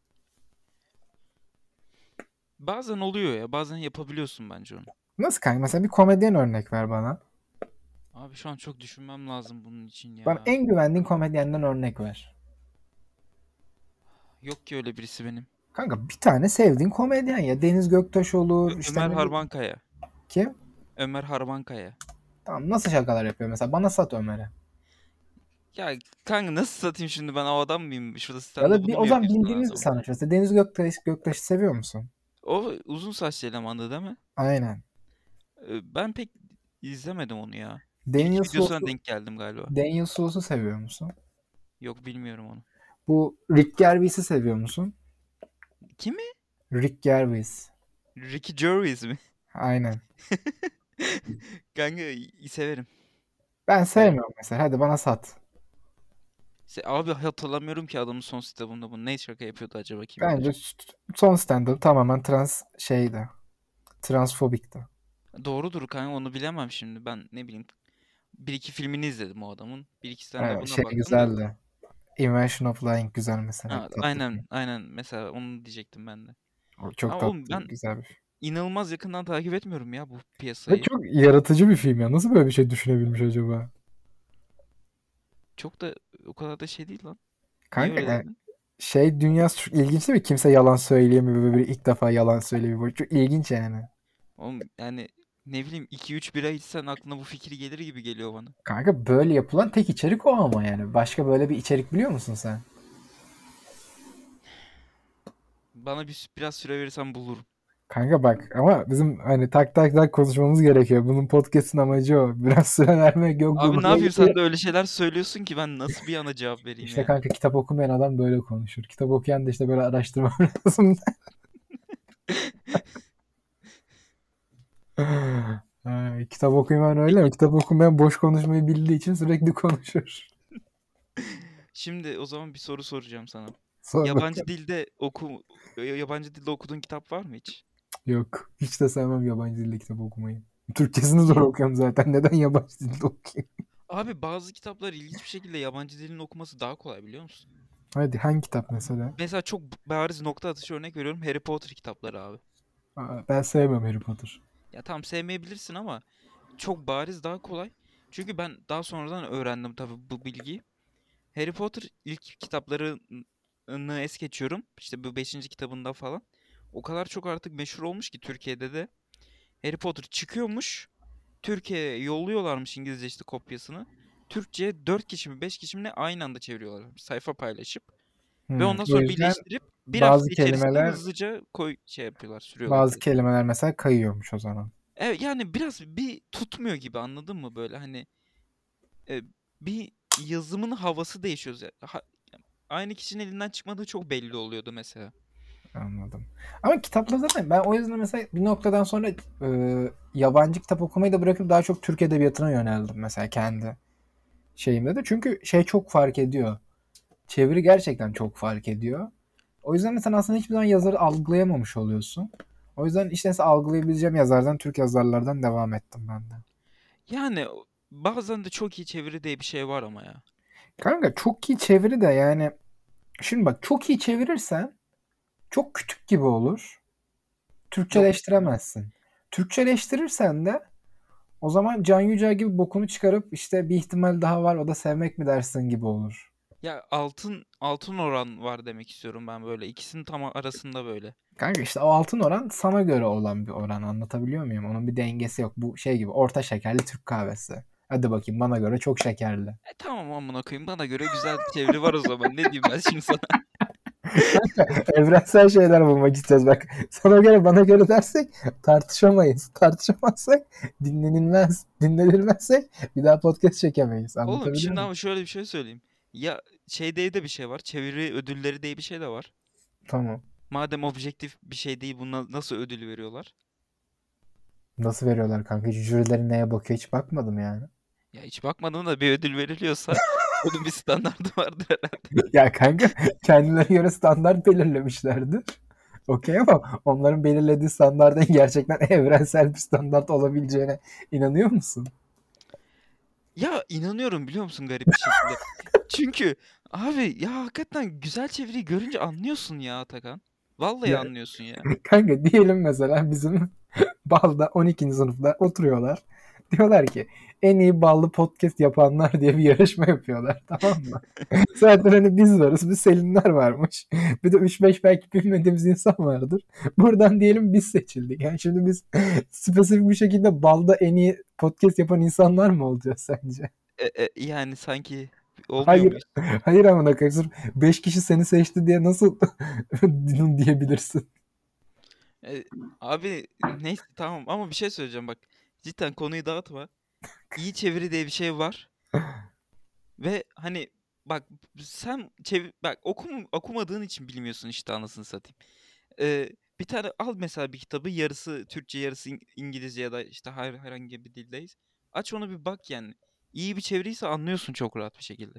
Bazen oluyor ya. Bazen yapabiliyorsun bence onu. Nasıl kanka? Mesela bir komedyen örnek ver bana. Abi şu an çok düşünmem lazım bunun için Bana ya. en güvendiğin komedyenden örnek ver. Yok ki öyle birisi benim. Kanka bir tane sevdiğin komedyen ya. Deniz Göktaş Ö- olur. İşte Ömer ne bileyim. Harmankaya. Kim? Ömer Harmankaya. Tamam, nasıl şakalar yapıyor mesela? Bana sat Ömer'i. Ya kanka nasıl satayım şimdi, ben o adam mıyım? Şurada Ya da bir stand-up'ını o mı zaman yapayım sana bildiğimiz bir adamı? sanatçı. Mesela Deniz Göktaş, Göktaş'ı seviyor musun? O uzun saçlı elemandı değil mi? Aynen. Ee, Ben pek izlemedim onu ya. Bir iki Daniel videosuna Sloss'u denk geldim galiba. Daniel Sloss'u seviyor musun? Yok, bilmiyorum onu. Bu Rick Gervais'i seviyor musun? Kimi? Rick Gervais. Ricky Gervais mi? Aynen. Kanka i- severim. Ben Severim. sevmiyorum mesela. Hadi bana sat. Se- Abi hatırlamıyorum ki adamın son kitabında bu. Ne şaka yapıyordu acaba, kim Bence bilir. s- son stand-up tamamen trans şeydi. Transfobikti. Doğrudur kanka, onu bilemem şimdi. Ben ne bileyim. Bir iki filmini izledim o adamın. Bir iki Ee, stand-up'ına şey baktım da. güzeldi. Invention of Lying güzel mesela. Ha, Tatlı aynen film. aynen, mesela onu diyecektim ben de. O çok Ama oğlum tatlı. ben Güzel bir film. inanılmaz yakından takip etmiyorum ya bu Ve piyasayı. çok yaratıcı bir film ya. Nasıl böyle bir şey düşünebilmiş acaba? Çok da o kadar da şey değil lan. Niye Kanka öyle yani dedin? şey dünyası çok ilginç değil mi? Kimse yalan söyleyemiyor. Böyle biri ilk defa yalan söylüyor. Çok ilginç yani. Oğlum yani ne bileyim, iki üç bira içsen aklına bu fikir gelir gibi geliyor bana. Kanka böyle yapılan tek içerik o ama yani. Başka böyle bir içerik biliyor musun sen? Bana bir biraz süre verirsen bulurum. Kanka bak ama bizim hani tak tak tak konuşmamız gerekiyor. Bunun podcast'ın amacı o. Biraz süre vermek yok Abi ne durmaya yapayım, gidiyor. sen de öyle şeyler söylüyorsun ki ben nasıl bir ana cevap vereyim İşte yani. kanka kitap okumayan adam böyle konuşur. Kitap okuyan da işte böyle araştırma lazım. Ay, kitap okuyan öyle mi? Peki Kitap okumayan boş konuşmayı bildiği için sürekli konuşur. şimdi o zaman bir soru soracağım sana. Sor Yabancı bakalım. dilde oku yabancı dilde okuduğun kitap var mı hiç? Yok. Hiç de sevmem yabancı dilde kitap okumayı. Türkçesini zor Niye? okuyorum zaten. Neden yabancı dilde okuyayım? Abi bazı kitaplar ilginç bir şekilde yabancı dilin okuması daha kolay, biliyor musun? Hadi hangi kitap mesela? Mesela çok bariz nokta atışı örnek veriyorum, Harry Potter kitapları abi. Aa, ben sevmem Harry Potter. Ya tam sevmeyebilirsin ama çok bariz daha kolay. Çünkü ben daha sonradan öğrendim tabii bu bilgiyi. Harry Potter ilk kitaplarını es geçiyorum. İşte bu beşinci kitabında falan. O kadar çok artık meşhur olmuş ki Türkiye'de de. Harry Potter çıkıyormuş. Türkiye'ye yolluyorlarmış İngilizce işte kopyasını. Türkçe'ye dört kişi mi beş kişi mi ne aynı anda çeviriyorlar. Sayfa paylaşıp. Ve Hmm. ondan O sonra yüzden birleştirip bir bazı hafta içerisinde kelimeler hızlıca koy şey yapıyorlar, sürüyorlar bazı piyasaya. kelimeler mesela kayıyormuş o zaman. Evet yani biraz bir tutmuyor gibi, anladın mı, böyle hani e, bir yazımın havası değişiyor. Ya- ha- aynı kişinin elinden çıkmadığı çok belli oluyordu mesela. Anladım. Ama kitaplar zaten ben o yüzden mesela bir noktadan sonra e, yabancı kitap okumayı da bırakıp daha çok Türk edebiyatına yöneldim mesela kendi şeyimde de. Çünkü şey çok fark ediyor. Çeviri gerçekten çok fark ediyor. O yüzden de sen aslında hiçbir zaman yazarı algılayamamış oluyorsun. O yüzden işte nasıl algılayabileceğim yazardan Türk yazarlardan devam ettim ben de. Yani bazen de çok iyi çeviri diye bir şey var ama ya. Kanka çok iyi çeviri de yani şimdi bak çok iyi çevirirsen çok kütük gibi olur. Yok. Türkçeleştiremezsin. Türkçeleştirirsen de o zaman Can Yücel gibi bokunu çıkarıp işte bir ihtimal daha var o da sevmek mi dersin gibi olur. Ya altın altın oran var demek istiyorum ben böyle. İkisinin tam arasında böyle. Kanka işte o altın oran sana göre olan bir oran anlatabiliyor muyum? Onun bir dengesi yok. Bu şey gibi orta şekerli Türk kahvesi. Hadi bakayım bana göre çok şekerli. E tamam amına koyayım. Bana göre güzel bir çeviri var o zaman. Ne diyeyim ben şimdi sana? Evrensel şeyler bulmak istiyoruz bak. Sana göre bana göre dersek tartışamayız. Tartışamazsak dinlenilmez. Dinlenilmezsek bir daha podcast çekemeyiz. Oğlum Anlatabiliyor şimdi muyum? ama şöyle bir şey söyleyeyim. Ya şey diye de bir şey var. Çeviri ödülleri diye bir şey de var. Tamam. Madem objektif bir şey değil buna nasıl ödül veriyorlar? Nasıl veriyorlar kanka? Hiç jürilerin neye bakıyor hiç bakmadım yani. Ya hiç bakmadım da bir ödül veriliyorsa bunun bir standardı vardır herhalde. Ya kanka kendileri göre standart belirlemişlerdir. Okey ama onların belirlediği standartın gerçekten evrensel bir standart olabileceğine inanıyor musun? Ya inanıyorum biliyor musun garip bir şekilde. Çünkü abi ya hakikaten güzel çeviriyi görünce anlıyorsun ya Atakan. Vallahi Ya anlıyorsun ya. kanka diyelim mesela bizim balda on ikinci sınıfta oturuyorlar. Diyorlar ki en iyi ballı podcast yapanlar diye bir yarışma yapıyorlar tamam mı? Zaten hani biz varız, bir Selinler varmış. Bir de üç beş belki bilmediğimiz insan vardır. Buradan diyelim biz seçildik. Yani şimdi biz spesifik bir şekilde balda en iyi podcast yapan insanlar mı olacağız sence? E, e, yani sanki olmuyor Hayır. muyuz? Hayır amına koyayım. Sırf beş kişi seni seçti diye nasıl diyebilirsin? E, abi neyse tamam ama bir şey söyleyeceğim bak. Cidden konuyu dağıtma. İyi çeviri diye bir şey var. Ve hani bak sen çev bak okum okumadığın için bilmiyorsun işte anasını satayım. Ee, bir tane al mesela bir kitabı yarısı Türkçe yarısı İng- İngilizce ya da işte her, herhangi bir dildeyiz. Aç onu bir bak yani. İyi bir çeviriyse anlıyorsun çok rahat bir şekilde.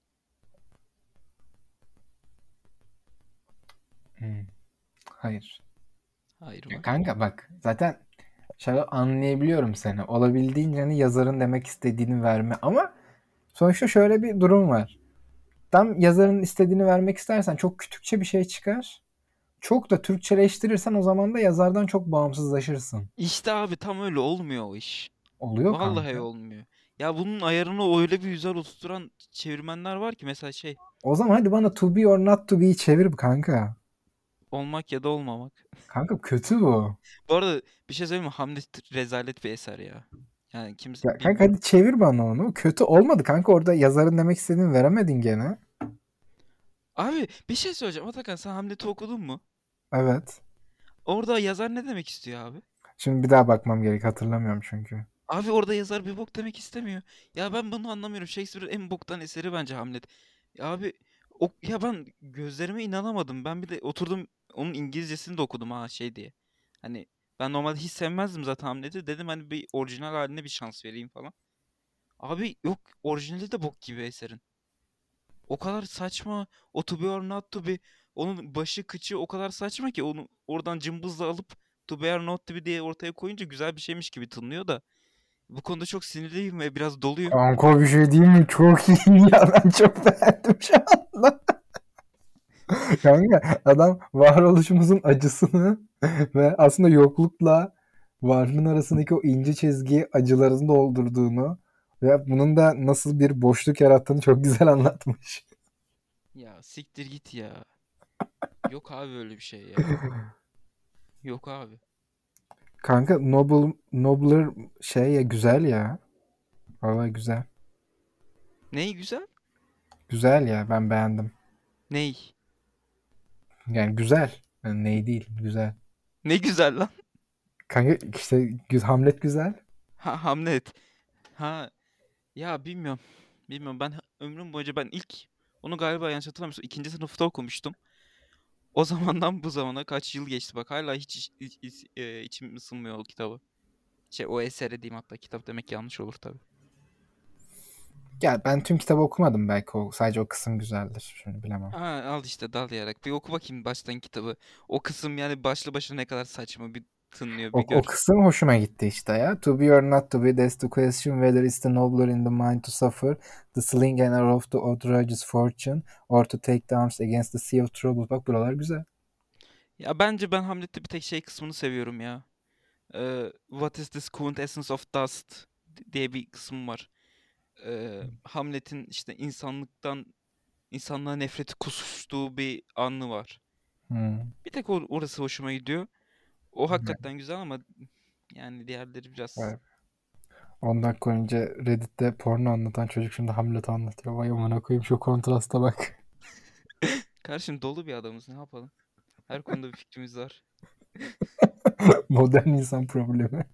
Hmm, hayır. Hayır Ya mı? kanka bak zaten şöyle anlayabiliyorum seni. Olabildiğince hani yazarın demek istediğini verme ama sonuçta şöyle bir durum var. Tam yazarın istediğini vermek istersen çok kütükçe bir şey çıkar. Çok da Türkçeleştirirsen o zaman da yazardan çok bağımsızlaşırsın. İşte abi tam öyle olmuyor o iş. Oluyor Vallahi kanka. olmuyor. Ya bunun ayarını öyle bir güzel oturtturan çevirmenler var ki mesela şey O zaman hadi bana to be or not to be'yi çevir kanka. olmak ya da olmamak. Kanka kötü bu. Bu arada bir şey söyleyeyim mi? Hamlet rezalet bir eser ya. Yani kimse Ya kanka bilmiyorum. hadi çevir bana onu. Kötü olmadı kanka orada yazarın demek istediğini veremedin gene. Abi bir şey söyleyeceğim. Atakan sen Hamlet'i okudun mu? Evet. Orada yazar ne demek istiyor abi? Şimdi bir daha bakmam gerek hatırlamıyorum çünkü. Abi orada yazar bir bok demek istemiyor. Ya ben bunu anlamıyorum. Shakespeare'in en boktan eseri bence Hamlet. Ya abi o, ya ben gözlerime inanamadım. Ben bir de oturdum onun İngilizcesini de okudum ha şey diye. Hani ben normalde hiç sevmezdim zaten Hamlet'i. Dedim hani bir orijinal haline bir şans vereyim falan. Abi yok orijinali de bok gibi eserin. O kadar saçma. O to be or not to be. Onun başı kıçı o kadar saçma ki onu oradan cımbızla alıp to be or not to be diye ortaya koyunca güzel bir şeymiş gibi tınlıyor da. Bu konuda çok sinirliyim ve biraz doluyum. Kanka bir şey değil mi? Çok iyi ya ben çok beğendim şu anda. Kanka adam varoluşumuzun acısını ve aslında yoklukla varlığın arasındaki o ince çizgiyi acıların doldurduğunu ve bunun da nasıl bir boşluk yarattığını çok güzel anlatmış. Ya siktir git ya. Yok abi öyle bir şey ya. Yok abi. Kanka Noble, Nobler şey ya güzel ya. Vallahi güzel. Ney güzel? Güzel ya ben beğendim. Ney? Yani güzel. Yani ney değil güzel. Ne güzel lan? Kanka işte gü- Hamlet güzel. Ha Hamlet. Ha ya bilmiyorum. Bilmiyorum ben ömrüm boyunca ben ilk onu galiba yanlış hatırlamıyorsam ikinci sınıfta okumuştum. O zamandan bu zamana kaç yıl geçti bak hala hiç, iç- iç- iç- e, içim ısınmıyor o kitabı. Şey o eseri diyeyim hatta kitap demek yanlış olur tabii. Ya ben tüm kitabı okumadım belki o sadece o kısım güzeldir. Şimdi bilemem. Ha, al işte dalayarak bir oku bakayım baştan kitabı. O kısım yani başlı başına ne kadar saçma bir tınlıyor bir O, o gör. kısım hoşuma gitti işte ya. To be or not to be, that's the question, whether it's the nobler in the mind to suffer the sling and arrow of the outrageous fortune, or to take the arms against the sea of trouble. Bak buralar güzel. Ya bence ben Hamlet'te bir tek şey kısmını seviyorum ya. Ee, What is this quintessence of dust diye bir kısım var. Ee, Hamlet'in işte insanlıktan, insanlığa nefreti kusuştuğu bir anı var. Hmm. Bir tek or- orası hoşuma gidiyor. O Evet. hakikaten güzel ama yani diğerleri biraz... Evet. on dakika önce Reddit'te porno anlatan çocuk şimdi Hamlet'i anlatıyor. Vay amına koyayım şu kontrasta bak. Karşım dolu bir adamız, ne yapalım? Her konuda bir fikrimiz var. Modern insan problemi.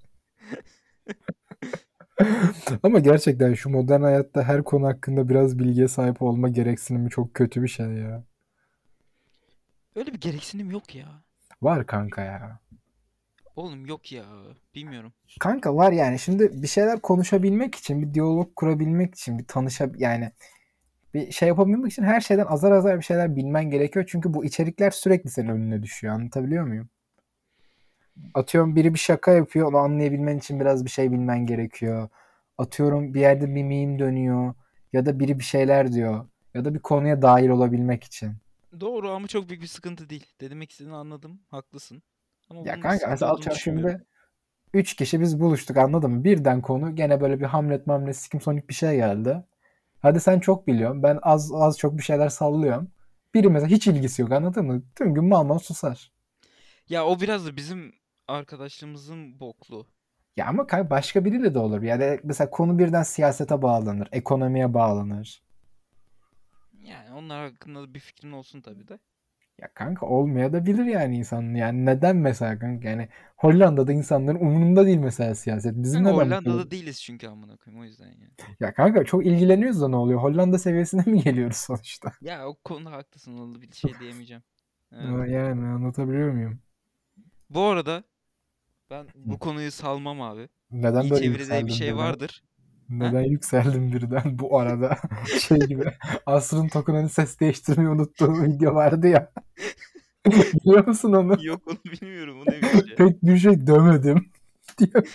Ama gerçekten şu modern hayatta her konu hakkında biraz bilgiye sahip olma gereksinimi çok kötü bir şey ya. Öyle bir gereksinim yok ya. Var kanka ya. Oğlum yok ya. Bilmiyorum. Kanka var yani şimdi bir şeyler konuşabilmek için, bir diyalog kurabilmek için, bir tanışa yani bir şey yapabilmek için her şeyden azar azar bir şeyler bilmen gerekiyor. Çünkü bu içerikler sürekli senin önüne düşüyor. Anlatabiliyor muyum? Atıyorum biri bir şaka yapıyor. Onu anlayabilmen için biraz bir şey bilmen gerekiyor. Atıyorum bir yerde bir meme dönüyor. Ya da biri bir şeyler diyor. Ya da bir konuya dahil olabilmek için. Doğru ama çok büyük bir sıkıntı değil. Ne demek istediğini anladım. Haklısın. Ama Ya bunun bir kanka sıkıntı mesela olduğunu atıyorum düşünmüyorum. şimdi üç kişi biz buluştuk anladın mı? Birden konu gene böyle bir Hamlet mamlet sikim sonik bir şey geldi. Hadi sen çok biliyorsun. Ben az az çok bir şeyler sallıyorum. Biri mesela hiç ilgisi yok anladın mı? Tüm gün mal mal susar. Ya o biraz da bizim arkadaşlığımızın boklu. Ya ama kanka başka biriyle de olur. Yani mesela konu birden siyasete bağlanır. Ekonomiye bağlanır. Yani onlar hakkında da bir fikrin olsun tabii de. Ya kanka olmaya da bilir yani insanın. Yani neden mesela kanka? Yani Hollanda'da insanların umurunda değil mesela siyaset. Bizim Kanka neden bu kadar? Hollanda'da değiliz çünkü amına koyayım, o yüzden yani. Ya kanka çok ilgileniyoruz da ne oluyor? Hollanda seviyesine mi geliyoruz sonuçta? Ya o konuda haklısın, onu bir şey diyemeyeceğim. Evet. Ha, yani anlatabiliyor muyum? Bu arada ben Hı. bu konuyu salmam abi. Neden İyi böyle çeviri diye bir yükseldin şey birden? vardır. Ha? Neden yükseldin birden bu arada? Şey gibi Asrın Tokun'un ses değiştirmeyi unuttuğu video vardı ya. Biliyor musun onu? Yok, onu bilmiyorum. O neymiş ya? Pek bir şey demedim diyor.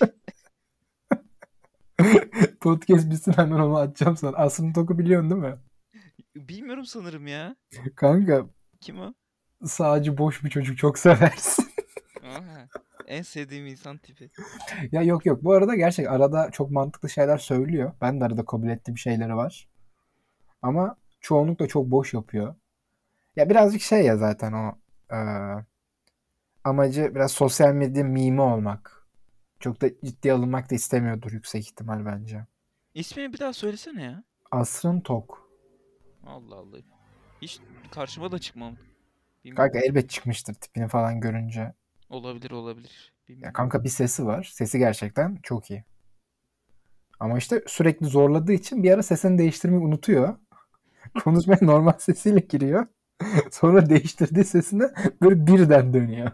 Podcast bitsin hemen onu atacağım sana. Asrın Tok'u biliyorsun değil mi? Bilmiyorum sanırım ya. Kanka Kim o? sağcı boş bir çocuk çok seversin. Aha. En sevdiğim insan tipi. Ya yok yok bu arada gerçek arada çok mantıklı şeyler söylüyor. Ben de arada kabul ettiğim şeyleri var. Ama çoğunlukla çok boş yapıyor. Ya birazcık şey ya zaten o e, amacı biraz sosyal medya mimi olmak. Çok da ciddiye alınmak da istemiyordur yüksek ihtimal bence. İsmini bir daha söylesene ya. Asrın Tok. Allah Allah. Hiç karşıma da çıkmadı. Bilmiyorum. Kanka elbet çıkmıştır tipini falan görünce. Olabilir, olabilir. Ya Bilmiyorum. kanka bir sesi var. Sesi gerçekten çok iyi. Ama işte sürekli zorladığı için bir ara sesini değiştirmeyi unutuyor. Konuşmaya normal sesiyle giriyor. Sonra değiştirdiği sesine böyle birden dönüyor.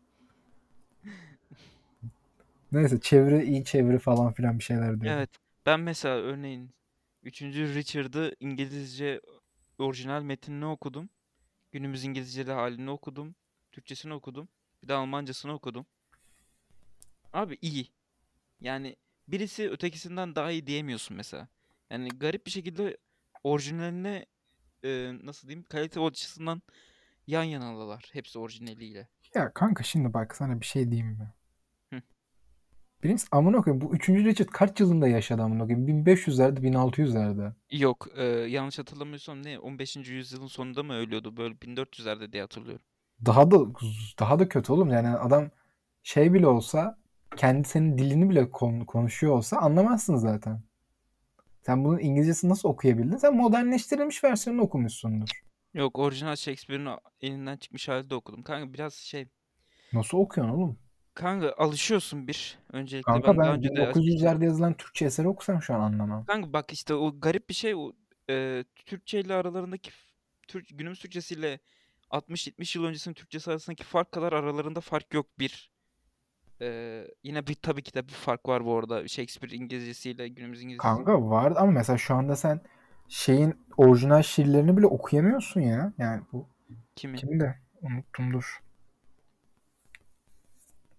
Neyse çeviri iyi çeviri falan filan bir şeyler diyordum. Evet. Ben mesela örneğin üçüncü Richard'ı İngilizce orijinal metinini okudum. Günümüz İngilizceli halini okudum. Türkçesini okudum. Bir de Almancasını okudum. Abi iyi. Yani birisi ötekisinden daha iyi diyemiyorsun mesela. Yani garip bir şekilde orijinaline, e, nasıl diyeyim, kalite açısından yan yanalılar. Hepsi orijinaliyle. Ya kanka şimdi bak sana bir şey diyeyim mi? Hı. Birincisi amına koyayım bu üçüncü Richard kaç yılında yaşadı amına koyayım? bin beş yüzlerde bin altı yüzlerde. Yok, e, yanlış hatırlamıyorsam ne on beşinci yüzyılın sonunda mı ölüyordu? Böyle bin dört yüzlerde diye hatırlıyorum. Daha da daha da kötü oğlum yani adam şey bile olsa kendi senin dilini bile kon- konuşuyor olsa anlamazsın zaten. Sen bunun İngilizcesini nasıl okuyabildin? Sen modernleştirilmiş versiyonunu okumuşsundur. Yok, orijinal Shakespeare'in a- elinden çıkmış halde de okudum. Kanka biraz şey. Nasıl okuyorsun oğlum? Kanka alışıyorsun bir. Öncelikle Kanka ben daha ben önce de açıp bin dokuz izledim. yüzlerde yazılan Türkçe eseri okusam şu an anlamam. Kanka bak işte o garip bir şey, o e, Türkçe ile aralarındaki f- Türk, günümüz Türkçesiyle altmış yetmiş yıl öncesinin Türkçesi arasındaki fark kadar aralarında fark yok bir. E, yine bir tabii ki de bir fark var bu arada, Shakespeare İngilizcesiyle günümüz İngilizcesi. Kanka var ama mesela şu anda sen şeyin orijinal şiirlerini bile okuyamıyorsun ya. Yani bu Kimin? kim de unuttum dur.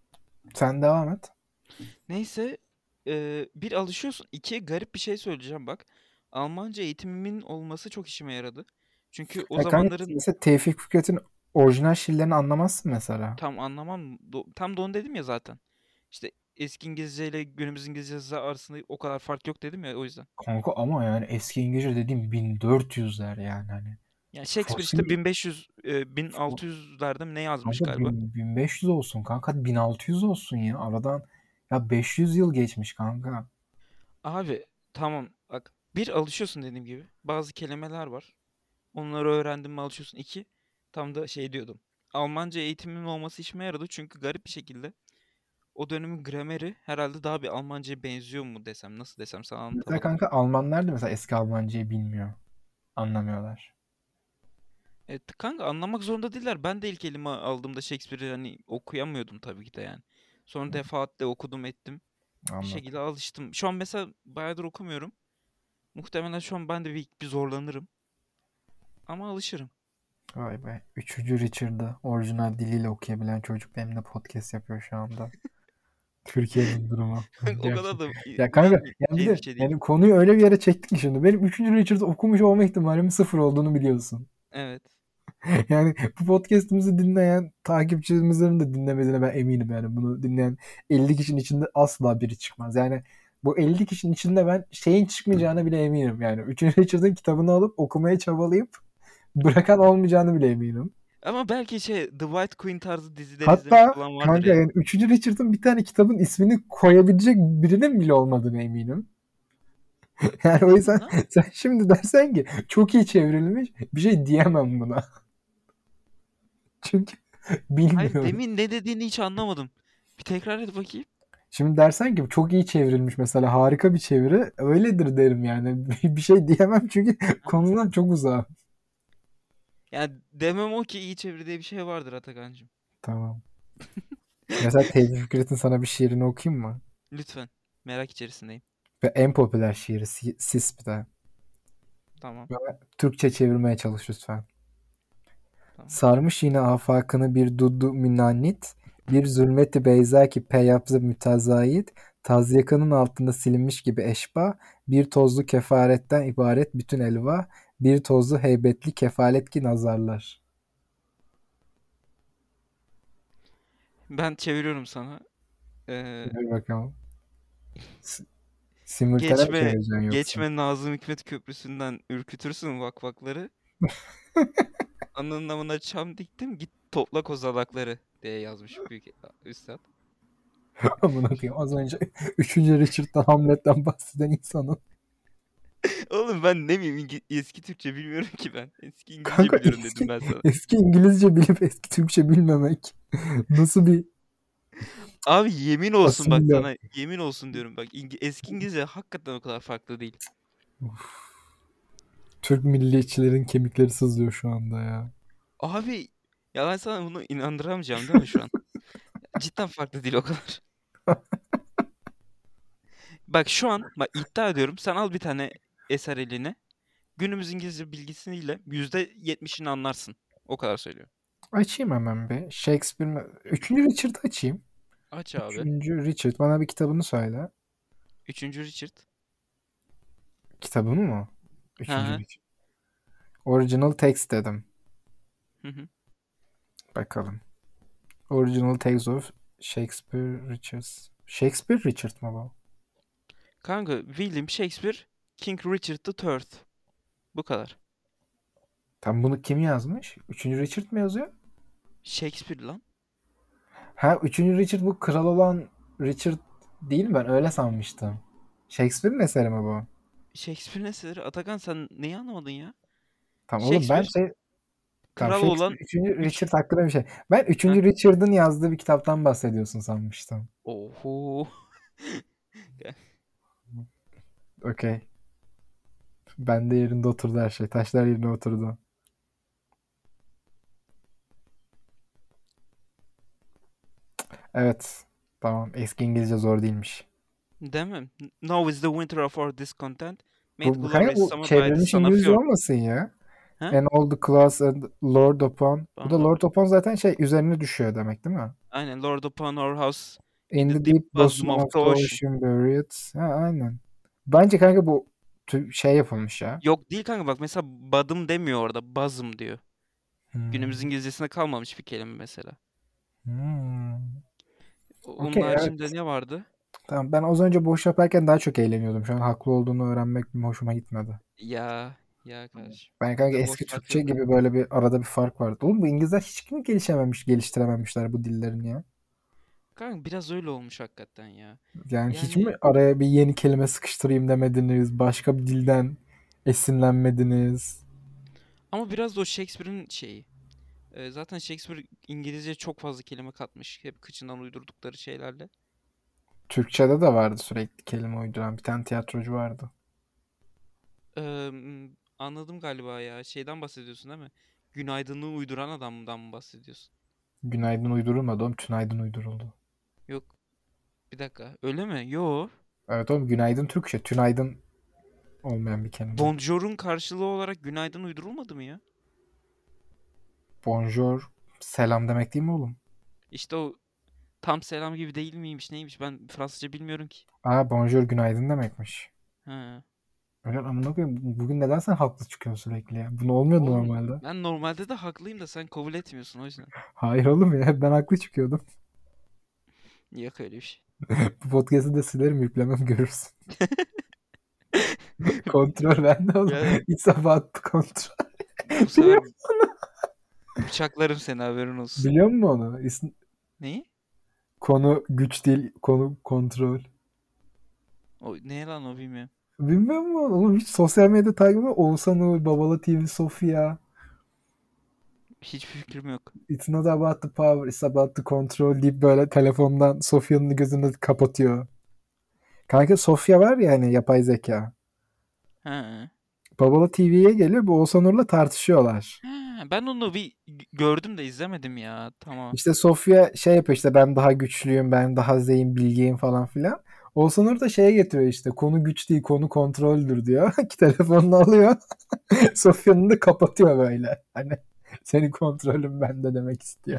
Sen devam et. Neyse, eee, bir alışıyorsun. İki garip bir şey söyleyeceğim bak. Almanca eğitimimin olması çok işime yaradı. Çünkü o Ya kanka zamanların mesela Tevfik Fikret'in orijinal şiirlerini anlamazsın mesela. tam anlamam do- tam da onu dedim ya zaten. İşte eski İngilizce ile günümüz İngilizcesi arasında o kadar fark yok dedim ya o yüzden. Kanka ama yani eski İngilizce dediğim bin dört yüzler yani hani. Yani Shakespeare Fosil işte bin beş yüz e, bin altı yüzlerde mi ne yazmış kanka galiba. bin, 1500 olsun kanka, hadi bin altı yüz olsun ya. Aradan ya beş yüz yıl geçmiş kanka. Abi tamam bak, bir alışıyorsun dediğim gibi. Bazı kelimeler var. Onları öğrendin mi alışıyorsun. İki, tam da şey diyordum. Almanca eğitimimin olması işime yaradı çünkü garip bir şekilde o dönemin grameri herhalde daha bir Almanca'ya benziyor mu desem, nasıl desem sana Mesela anlatamadım. kanka Almanlar da mesela eski Almancayı bilmiyor. Anlamıyorlar. Evet kanka, anlamak zorunda değiller. Ben de ilk elime aldığımda Shakespeare'i hani okuyamıyordum tabii ki de yani. Sonra defaatle okudum ettim. Bir Anladım. şekilde alıştım. Şu an mesela bayağıdır okumuyorum. Muhtemelen şu an ben de bir, bir zorlanırım. Ama alışırım. Vay be. Üçüncü Richard'ı orijinal diliyle okuyabilen çocuk benimle podcast yapıyor şu anda. Türkiye'nin durumu. O kadar Gerçek. da i- Ya kanka inan ya bir şey bir de şey değil. yani konuyu öyle bir yere çektik ki şimdi. Benim üçüncü Richard'ı okumuş olma ihtimalimin sıfır olduğunu biliyorsun. Evet. Yani bu podcast'imizi dinleyen takipçilerimizin de dinlemediğine ben eminim yani. Bunu dinleyen elli kişinin içinde asla biri çıkmaz. Yani bu elli kişinin içinde ben şeyin çıkmayacağına bile eminim. Yani üçüncü Richard'ın kitabını alıp okumaya çabalayıp bırakan olmayacağını bile eminim. Ama belki şey The White Queen tarzı dizileri izlemiş Hatta olan vardır kanka ya. yani üçüncü Richard'ın bir tane kitabın ismini koyabilecek birinin bile olmadığını eminim. Yani o Demin yüzden lan. sen şimdi dersen ki çok iyi çevrilmiş, bir şey diyemem buna. Çünkü Hayır, bilmiyorum. demin ne dediğini hiç anlamadım. Bir tekrar et bakayım. Şimdi dersen ki çok iyi çevrilmiş mesela, harika bir çeviri, öyledir derim yani. Bir şey diyemem çünkü Ha. konudan çok uzak. Yani demem o ki iyi çeviri diye bir şey vardır Atakan'cığım. Tamam. Mesela Tevfik Fikret'in sana bir şiirini okuyayım mı? Lütfen. Merak içerisindeyim. Ve en popüler şiiri Si- Sis bir de. Tamam. Böyle Türkçe çevirmeye çalış lütfen. Tamam. Sarmış yine afakını bir dudu minannit, bir zulmeti beyza ki peyabzı mütezayit, tazyakanın altında silinmiş gibi eşba, bir tozlu kefaretten ibaret bütün elva, bir tozlu heybetli kefalet ki nazarlar. Ben çeviriyorum sana. Ee, Dur bakalım. S- Simultane mi geçme çevireceksin yoksa? geçme Nazım Hikmet Köprüsü'nden ürkütürsün vakvakları. Anın namına çam diktim, git topla kozalakları diye yazmış büyük üstad. Amına koyayım. Az önce üçüncü Richard'dan, Hamlet'ten bahseden insanın. Oğlum ben ne bileyim, İngi- eski Türkçe bilmiyorum ki ben. Eski İngilizce Kanka biliyorum dedim eski, ben sana. eski İngilizce bilip eski Türkçe bilmemek nasıl bir Abi yemin olsun bak asimile? sana, yemin olsun diyorum bak, İngi- eski İngilizce hakikaten o kadar farklı değil. Türk milliyetçilerin kemikleri sızlıyor şu anda ya. Abi ya ben sana bunu inandıramayacağım değil mi şu an? Cidden farklı değil o kadar. Bak şu an bak iddia ediyorum, sen al bir tane eser eline. Günümüz İngilizce bilgisiyle yüzde yetmişini anlarsın. O kadar söylüyorum. Açayım hemen bir. Shakespeare mi? Üçüncü Richard açayım. Aç abi. Üçüncü Richard. Bana bir kitabını söyle. Üçüncü Richard. Kitabını mı? Hı Üçüncü hı. Richard. Original text dedim. Hı hı. Bakalım. Original text of Shakespeare Richards. Shakespeare Richard mı bu? Kanka William Shakespeare, King Richard the Third. Bu kadar. Tam bunu kim yazmış? Üçüncü Richard mı yazıyor? Shakespeare lan. Ha, üçüncü Richard bu kral olan Richard değil mi? Ben öyle sanmıştım. Shakespeare'in eseri mi bu? Shakespeare'in eseri. Atakan sen neyi anlamadın ya? Tamam oğlum, ben Shakespeare şey tamam, kral olan Shakespeare üçüncü üç. Richard hakkında bir şey. Ben üçüncü Richard'ın yazdığı bir kitaptan bahsediyorsun sanmıştım. Oho. Okey. Ben de yerinde oturdu her şey. Taşlar yerine oturdu. Evet. Tamam. Eski İngilizce zor değilmiş. Değil mi? Now is the winter of our discontent, made Bu, bu, kanka glorious bu summer by the çevrilmiş son of İngilizce your. olmasın ya. Ha? And all the class and Lord upon. Bu da Bana Lord upon zaten şey üzerine düşüyor demek değil mi? aynen, Lord upon our house In In the the deep deep bosom bosom of of the the ocean. ocean buried. Ha, aynen. Bence kanka bu tü- şey yapılmış ya. Yok değil kanka, bak mesela bottom demiyor orada. Bosom diyor. Günümüz Hmm. İngilizcesinde kalmamış bir kelime mesela. Hmm. O- Onun Okey, haricinde evet. ne vardı? Tamam, ben az önce boş yaparken daha çok eğleniyordum. Şu an haklı olduğunu öğrenmek hoşuma gitmedi. Ya ya kardeşim. Ben kanka Bizde boş eski laf Türkçe yok. gibi böyle bir arada bir fark vardı. Oğlum bu İngilizler hiç mi gelişememiş, geliştirememişler bu dillerini ya? Kanka biraz öyle olmuş hakikaten ya. Yani hiç mi Yani araya bir yeni kelime sıkıştırayım demediniz? Başka bir dilden esinlenmediniz? ama biraz da o Shakespeare'in şeyi. Ee, zaten Shakespeare İngilizce çok fazla kelime katmış. Hep kıçından uydurdukları şeylerle. Türkçede de vardı sürekli kelime uyduran. Bir tane tiyatrocu vardı. Ee, m, anladım galiba ya. Şeyden bahsediyorsun değil mi? Günaydın'ı uyduran adamdan mı bahsediyorsun? Günaydın uydurulmadı oğlum. Tünaydın uyduruldu. Yok. Bir dakika. Öyle mi? Yo. Evet oğlum, günaydın Türkçe. Tünaydın olmayan bir kelime. Bonjour'un karşılığı olarak günaydın uydurulmadı mı ya? Bonjour. Selam demek değil mi oğlum? İşte o tam selam gibi değil miymiş neymiş? Ben Fransızca bilmiyorum ki. Aa, bonjour günaydın demekmiş. Ha. Öyle amına koyayım. Bugün neden sen haklı çıkıyorsun sürekli ya? Bunu olmuyordu Oğlum normalde. ben normalde de haklıyım da sen kabul etmiyorsun o yüzden. Hayır oğlum ya. Ben haklı çıkıyordum. Yok öyle bir şey. Bu podcast'ı da silerim, yüklemem, görürsün. Kontrol bende oğlum. Ya It's about kontrol. bu sefer Biliyor, bıçaklarım seni, haberin olsun. biliyor musun onu? İs- Neyi? Konu güç değil. Konu kontrol. O ne lan, o bilmiyorum. Bilmiyor musun? Oğlum hiç sosyal medya takip mi? Oğuzhan Uğur, Babala T V, Sofya. Hiçbir fikrim yok. It's not about the power, it's about the control deyip böyle telefondan Sofya'nın gözünü kapatıyor. Kanka Sofya var ya, hani yapay zeka. Ha. Babala T V'ye geliyor. Bu Oğuzhan Uğur'la tartışıyorlar. Ha, ben onu bir g- gördüm de izlemedim ya. Tamam. İşte Sofya şey yapıyor, işte ben daha güçlüyüm, ben daha zeyim, bilgiyim falan filan. Oğuzhan Uğur da şeye getiriyor, işte konu güç değil, konu kontroldür diyor. Ki telefonunu alıyor. Sofya'nın da kapatıyor böyle. Hani senin kontrolün bende demek istiyor.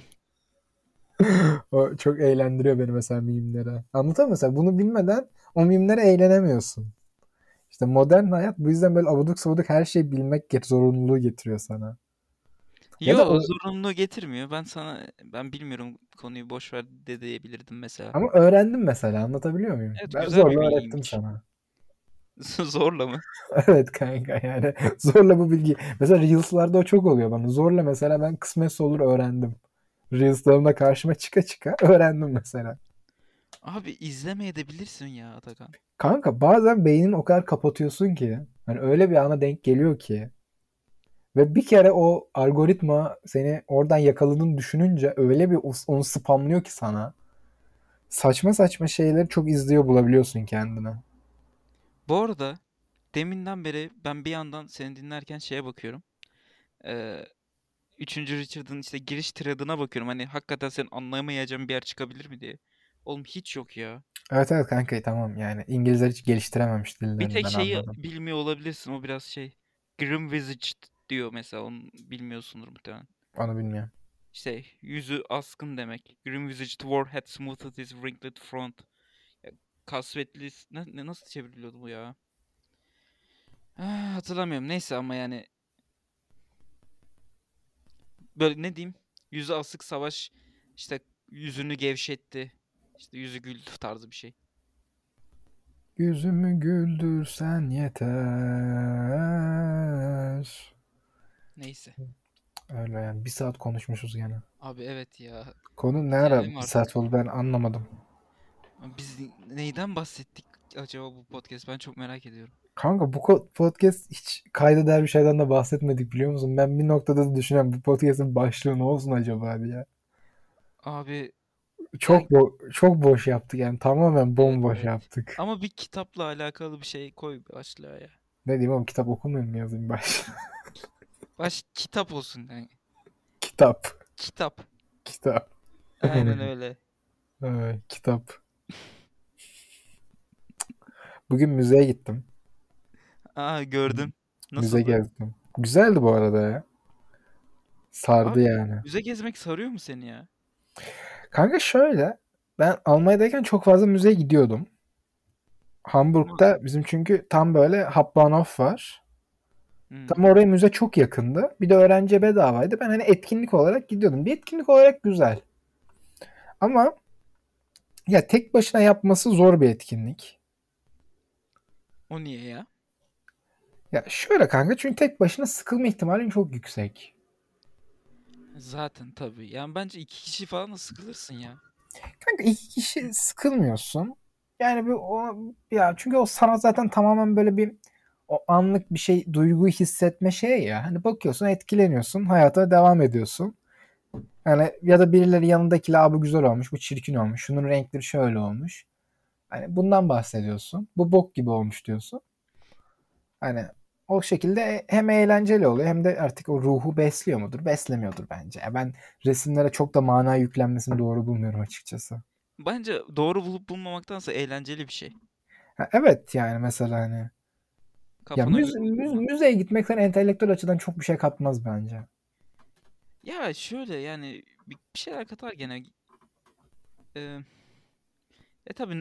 O çok eğlendiriyor beni mesela, mimlere. Anlatıyor mesela, bunu bilmeden o mimlere eğlenemiyorsun. İşte modern hayat bu yüzden böyle abuduk sabuduk her şeyi bilmek get- zorunluluğu getiriyor sana. Ya da Yo, o, zorunluluğu getirmiyor. Ben sana ben bilmiyorum, konuyu boş ver de diyebilirdim mesela. ama öğrendim mesela, anlatabiliyor muyum? Evet, Ben güzel bir zorla öğrettim bilgiymiş. sana. Zorla mı? Evet kanka, yani zorla bu bilgi. Mesela Reels'larda o çok oluyor bana. Zorla mesela ben kısmetse olur öğrendim. Reels'larımda karşıma çıka çıka öğrendim mesela. Abi izlemeye de bilirsin ya Atakan. Kanka bazen beynini o kadar kapatıyorsun ki, hani öyle bir ana denk geliyor ki, ve bir kere o algoritma seni oradan yakaladığını düşününce öyle bir onu spamlıyor ki sana. Saçma saçma şeyleri çok izliyor bulabiliyorsun kendine. Bu arada deminden beri ben bir yandan seni dinlerken şeye bakıyorum. Ee, Üçüncü Richard'ın işte giriş thread'ına bakıyorum. Hani hakikaten senin anlayamayacağın bir yer çıkabilir mi diye. Oğlum hiç yok ya. Evet evet kanka, tamam, yani İngilizler hiç geliştirememiş Bir dillerini, tek ben şeyi anladım. bilmiyor olabilirsin. O biraz şey. Grim Visaged diyor mesela. Onu bilmiyorsundur muhtemelen. Onu bilmiyorum. İşte yüzü askın demek. Grim Visaged War had smoothed his wrinkled front. Ya, kasvetli ne, ne- nasıl çevriliyordu bu ya? Ah, hatırlamıyorum. Neyse ama yani böyle ne diyeyim? Yüzü asık savaş işte yüzünü gevşetti. İşte yüzü güldü tarzı bir şey. Yüzümü güldürsen yeter. Neyse. Öyle yani, bir saat konuşmuşuz gene. Abi evet ya. Konu ne ara Bitirelim bir artık. saat oldu, ben anlamadım. Biz neyden bahsettik acaba bu podcast? Ben çok merak ediyorum. Kanka bu ko- podcast hiç kayda değer bir şeyden de bahsetmedik, biliyor musun? Ben bir noktada da düşünüyorum, bu podcast'ın başlığı ne olsun acaba diye. Abi yani Çok bo- çok boş yaptık yani, tamamen evet bomboş evet. yaptık. Ama bir kitapla alakalı bir şey koy başlığa ya. Ne diyeyim oğlum, kitap okumuyor mu yazayım baş? Baş kitap olsun yani. Kitap. Kitap. Kitap. Aynen öyle. Evet, kitap. Bugün müzeye gittim. Aa, gördüm. Müze Nasıldı? gezdim. Güzeldi bu arada ya. Sardı Abi yani. müze gezmek sarıyor mu seni ya? Kanka şöyle. Ben Almanya'dayken çok fazla müzeye gidiyordum. Ama Hamburg'da bizim çünkü tam böyle Hauptbahnhof var. hmm, Tam oraya müze çok yakındı. Bir de öğrenciye bedavaydı. Ben hani etkinlik olarak gidiyordum. Bir etkinlik olarak güzel. Ama ya tek başına yapması zor bir etkinlik. o niye ya? Ya şöyle kanka, çünkü tek başına sıkılma ihtimalin çok yüksek. Zaten tabii. Yani bence iki kişi falan da sıkılırsın ya. Kanka iki kişi sıkılmıyorsun. Yani bir o ya, çünkü o sana zaten tamamen böyle bir o anlık bir şey, duyguyu hissetme şey ya. Hani bakıyorsun, etkileniyorsun, hayata devam ediyorsun. Yani ya da birileri yanındakiyle, abi bu güzel olmuş, bu çirkin olmuş, şunun renkleri şöyle olmuş. Hani bundan bahsediyorsun. Bu bok gibi olmuş diyorsun. Hani o şekilde hem eğlenceli oluyor hem de artık o ruhu besliyor mudur? Beslemiyordur bence. Ya ben resimlere çok da mana yüklenmesini doğru bulmuyorum açıkçası. Bence doğru bulup bulmamaktansa eğlenceli bir şey. Ha, evet yani mesela hani ya Kafana göre müze, müze- uydurma. müzeye gitmek sana entelektüel açıdan çok bir şey katmaz bence. Ya şöyle yani bir bir şeyler katar gene. Ee, e tabii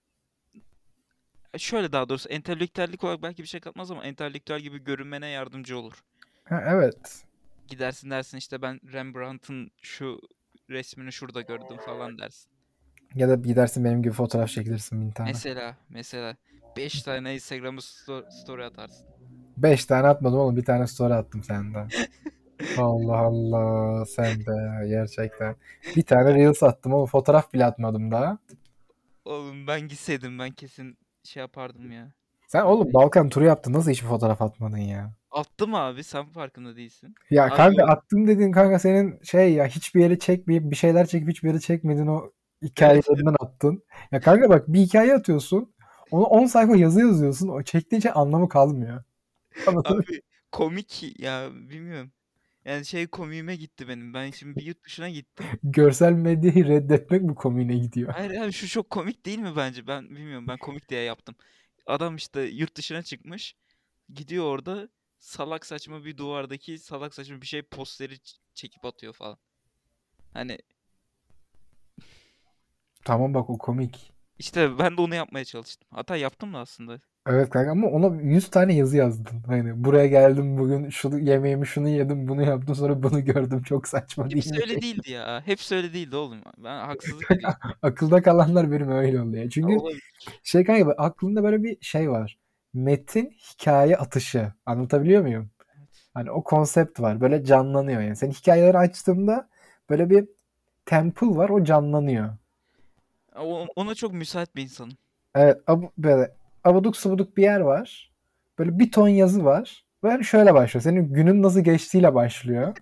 şöyle daha doğrusu entelektüellik olarak belki bir şey katmaz ama entelektüel gibi görünmene yardımcı olur. Ha, evet. Gidersin dersin işte ben Rembrandt'ın şu resmini şurada gördüm falan dersin. Ya da gidersin benim gibi fotoğraf çekilirsin bin tane. Mesela mesela beş tane Instagram'a sto- story atarsın. Beş tane atmadım oğlum, bir tane story attım senden. Allah Allah, sen de ya, gerçekten. Bir tane Reels attım ama fotoğraf bile atmadım daha. Oğlum ben gitseydim ben kesin şey yapardım ya. Sen Böyle oğlum Balkan turu yaptın, nasıl hiçbir fotoğraf atmadın ya? attım abi sen farkında değilsin. Ya Abi kanka, o attım dedin kanka, senin şey ya, hiçbir yere çekmeyip bir şeyler çekip hiçbir yere çekmedin, o evet hikayelerinden attın. Ya kanka bak, bir hikaye atıyorsun. Onu on sayfa yazı yazıyorsun. O çektiğin şey anlamı kalmıyor. Anladın mı? abi komik ya bilmiyorum. Yani şey komiğime gitti benim. Ben şimdi bir yurt dışına gittim. Görsel medyayı reddetmek mi komiğine gidiyor? Hayır abi şu çok komik değil mi bence? Ben bilmiyorum ben komik diye yaptım. Adam işte yurt dışına çıkmış. Gidiyor orada salak saçma bir duvardaki salak saçma bir şey posteri ç- çekip atıyor falan. Hani Tamam bak, o komik. işte ben de onu yapmaya çalıştım. Hatta yaptım da aslında. Evet kanka, ama ona yüz tane yazı yazdın. Hani buraya geldim bugün, şunu yemeğimi şunu yedim, bunu yaptım, sonra bunu gördüm, çok saçma değil Hepsi mi? öyle değildi ya. Hepsi öyle değildi oğlum. Ben haksızlık ediyorsun. Akılda kalanlar benim öyle oluyor. Ya Çünkü olabilir. şey kanka, aklında böyle bir şey var. Metin hikaye atışı. Anlatabiliyor muyum? Evet. Hani o konsept var. Böyle canlanıyor yani. Sen hikayeleri açtığımda böyle bir temple var, o canlanıyor. O- Ona çok müsait bir insanım. Evet, abu, böyle abuduk subuduk bir yer var. Böyle bir ton yazı var. Böyle şöyle başlıyor. Senin günün nasıl geçtiğiyle başlıyor.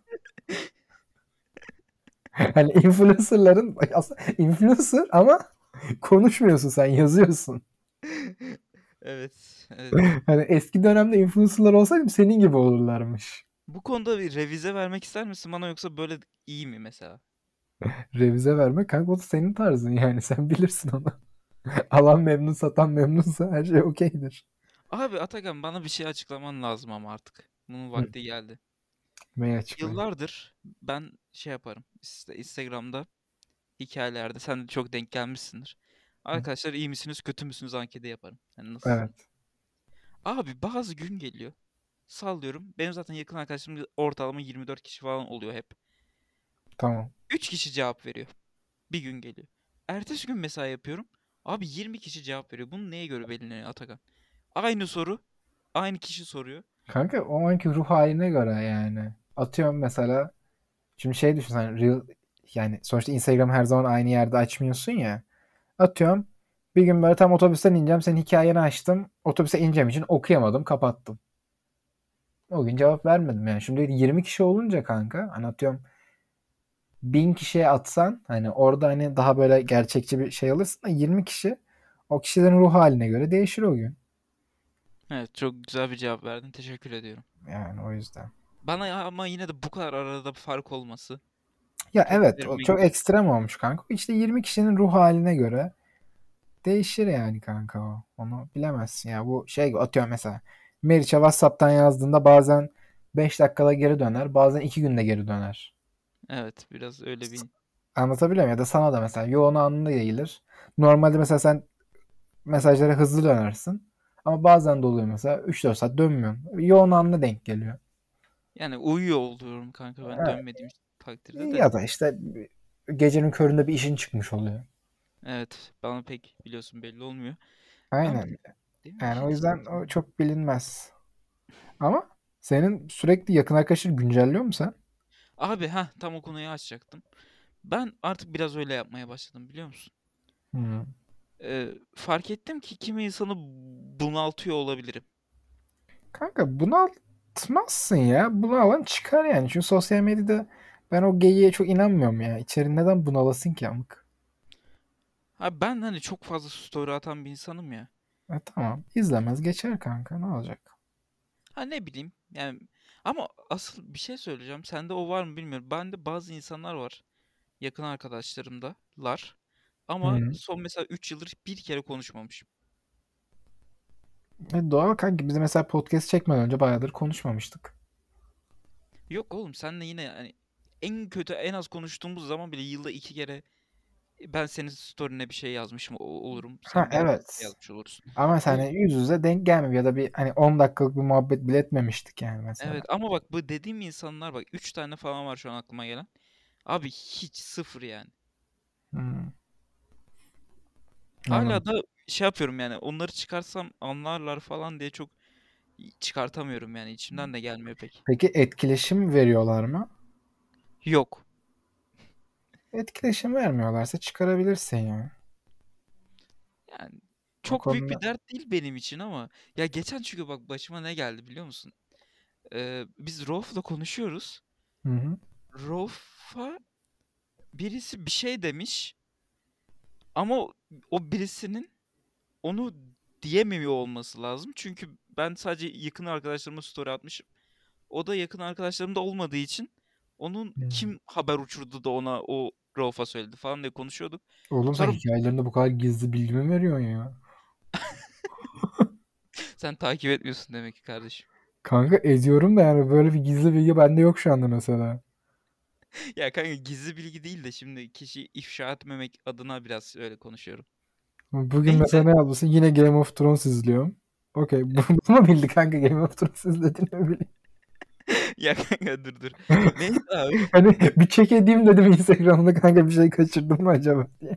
Hani influencerların aslında influencer ama konuşmuyorsun, sen yazıyorsun. Evet, evet. Hani eski dönemde influencerlar olsaydı senin gibi olurlarmış. Bu konuda bir revize vermek ister misin bana yoksa böyle iyi mi mesela? Revize vermek kanka, o da senin tarzın yani, sen bilirsin onu. Alan memnun, satan memnunsa her şey okeydir. Abi Atakan bana bir şey açıklaman lazım ama artık. Bunun Hı, vakti geldi. neyi açıklayayım? Yıllardır ben şey yaparım. İşte Instagram'da hikayelerde sen de çok denk gelmişsindir. Hı, Arkadaşlar iyi misiniz kötü müsünüz anketi yaparım. Hani nasılsınız? evet, Abi bazı gün geliyor. Sallıyorum. Benim zaten yakın arkadaşlarım ortalama yirmi dört kişi falan oluyor hep. tamam. üç kişi cevap veriyor. Bir gün geliyor. Ertesi gün mesai yapıyorum. Abi yirmi kişi cevap veriyor. Bunu neye göre belirleniyor Atakan? Aynı soru. Aynı kişi soruyor. Kanka o anki ruh haline göre yani. Atıyorum mesela. Şimdi şey düşün sen, real, yani sonuçta Instagram her zaman aynı yerde açmıyorsun ya. Atıyorum, bir gün böyle tam otobüsten ineceğim, senin hikayeni açtım. Otobüse ineceğim için okuyamadım, kapattım. O gün cevap vermedim yani. Şimdi yirmi kişi olunca kanka, hani atıyorum bin kişiye atsan, hani orada hani daha böyle gerçekçi bir şey alırsın da, yirmi kişi o kişilerin ruh haline göre değişir o gün. Evet çok güzel bir cevap verdin. Teşekkür ediyorum. Yani o yüzden. Bana ya ama yine de bu kadar arada bir fark olması Ya çok evet, o üzerime çok gitti. ekstrem olmuş kanka. İşte yirmi kişinin ruh haline göre değişir yani kanka o. Onu bilemezsin ya. Bu şey gibi, atıyorum mesela. Meriç'e WhatsApp'tan yazdığında bazen beş dakikada geri döner. Bazen iki günde geri döner. Evet biraz öyle bir... Anlatabiliyor muyum? Ya da sana da mesela yoğun anında yayılır. Normalde mesela sen mesajlara hızlı dönersin. Ama bazen de oluyor mesela üç dört saat dönmüyorsun. Yoğun anına denk geliyor. Yani uyuyor oluyorum kanka ben Evet. dönmediğim takdirde de. Ya da işte gecenin köründe bir işin çıkmış oluyor. Evet, bana pek biliyorsun belli olmuyor. Abi Aynen. demin bir Yani o şey yüzden diyecektim o ya. çok bilinmez. Ama senin sürekli yakın arkadaşını güncelliyor musun sen? Abi ha tam o konuyu açacaktım. Ben artık biraz öyle yapmaya başladım biliyor musun? Hmm. Ee, fark ettim ki kimi insanı bunaltıyor olabilirim. Kanka bunaltmazsın ya. Bunalan çıkar yani. Çünkü sosyal medyada ben o geyiğe çok inanmıyorum ya. İçeri neden bunalasın ki amık? Ha ben hani çok fazla story atan bir insanım ya. E tamam. İzlemez geçer kanka. Ne olacak? Ha ne bileyim yani ama asıl bir şey söyleyeceğim. Sende o var mı bilmiyorum. Bende bazı insanlar var. Yakın arkadaşlarımdalar. Ama Hı. son mesela üç yıldır bir kere konuşmamışım. E doğal kanki. Biz mesela podcast çekmeden önce bayağıdır konuşmamıştık. Yok oğlum senle yine yani en kötü en az konuştuğumuz zaman bile yılda iki kere ben senin story'ine bir şey yazmışım o- olurum. Ha Sen benim evet. yazmış olursun. Ama sen Bu hani yüz yüze denk gelmiyor ya da bir hani on dakikalık bir muhabbet bile etmemiştik yani mesela. evet ama bak bu dediğim insanlar bak üç tane falan var şu an aklıma gelen. Abi hiç sıfır yani. Hmm, anladım. Hala da şey yapıyorum yani onları çıkarsam anlarlar falan diye çok çıkartamıyorum yani içimden de gelmiyor pek. Peki etkileşim veriyorlar mı? Yok. Etkileşim vermiyorlarsa çıkarabilirsin ya. Yani O çok büyük bir konuda. dert değil benim için ama ya geçen çünkü bak başıma ne geldi biliyor musun? Ee, biz Rauf'la konuşuyoruz. Hı hı. Rauf'a birisi bir şey demiş ama o o birisinin onu diyemiyor olması lazım. Çünkü ben sadece yakın arkadaşlarıma story atmışım. O da yakın arkadaşlarımda olmadığı için onun Hmm. kim haber uçurdu da ona o Rauf'a söyledi falan diye konuşuyorduk. Oğlum sen Sonra hikayelerinde bu kadar gizli bilgi mi veriyorsun ya? sen takip etmiyorsun demek ki kardeşim. Kanka ediyorum da yani böyle bir gizli bilgi bende yok şu anda mesela. Ya kanka gizli bilgi değil de şimdi kişiyi ifşa etmemek adına biraz öyle konuşuyorum. Bugün mesela Neyse. ne yazmışsın? Yine Game of Thrones izliyorum. Okey. Bu, bu mu bildi kanka Game of Thrones izlediğini mi Ya kanka dur dur. Neyse abi. Hani bir check edeyim dedim Instagram'da kanka bir şey kaçırdım mı acaba diye.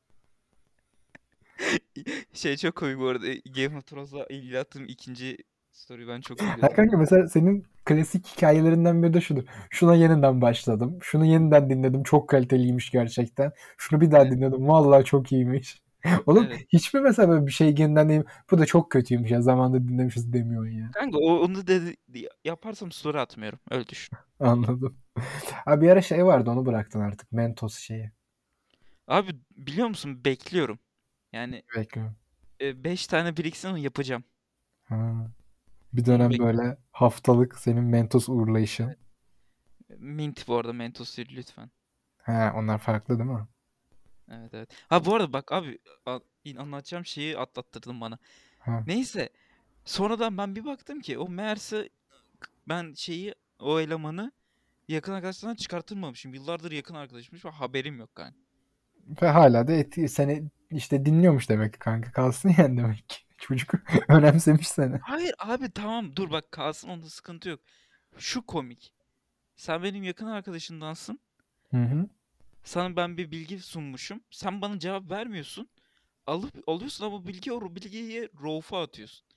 Şey çok komik bu arada. Game of Thrones'la ilgili attığım ikinci story ben çok Ha gülüyorum. kanka mesela senin klasik hikayelerinden biri de şudur. Şuna yeniden başladım. Şunu yeniden dinledim. Çok kaliteliymiş gerçekten. Şunu bir daha Evet. dinledim. Vallahi çok iyiymiş. Oğlum Evet. hiç mi mesela böyle bir şey yeniden değil, bu da çok kötüymüş ya zamanında dinlemişiz demiyorsun ya. Kanka o, onu dedi yaparsam story atmıyorum. Öyle düşün. Anladım. Abi bir ara şey vardı onu bıraktın artık. Mentos şeyi. Abi biliyor musun bekliyorum. Yani Bekliyorum. beş tane biriksin yapacağım. Ha. Bir Onu dönem bekliyorum. böyle haftalık senin Mentos uğurlayışın. Evet. Mint bu arada Mentos değil lütfen. Ha, onlar farklı değil mi? Evet evet. Ha bu arada bak abi a- anlatacağım şeyi atlattırdın bana. Ha. Neyse. Sonradan ben bir baktım ki o meğerse ben şeyi o elemanı yakın arkadaşlarından çıkartılmamışım. Yıllardır yakın arkadaşımmış ve haberim yok yani. Ve hala da eti, seni işte dinliyormuş demek ki kanka. Kalsın yani demek ki. Çocuk önemsemiş seni. Hayır abi tamam dur bak kalsın onda sıkıntı yok. Şu komik. Sen benim yakın arkadaşındansın. Hı hı. Sana ben bir bilgi sunmuşum. Sen bana cevap vermiyorsun. Alıp alıyorsun ama bu bilgi o bilgiyi Rauf'a atıyorsun.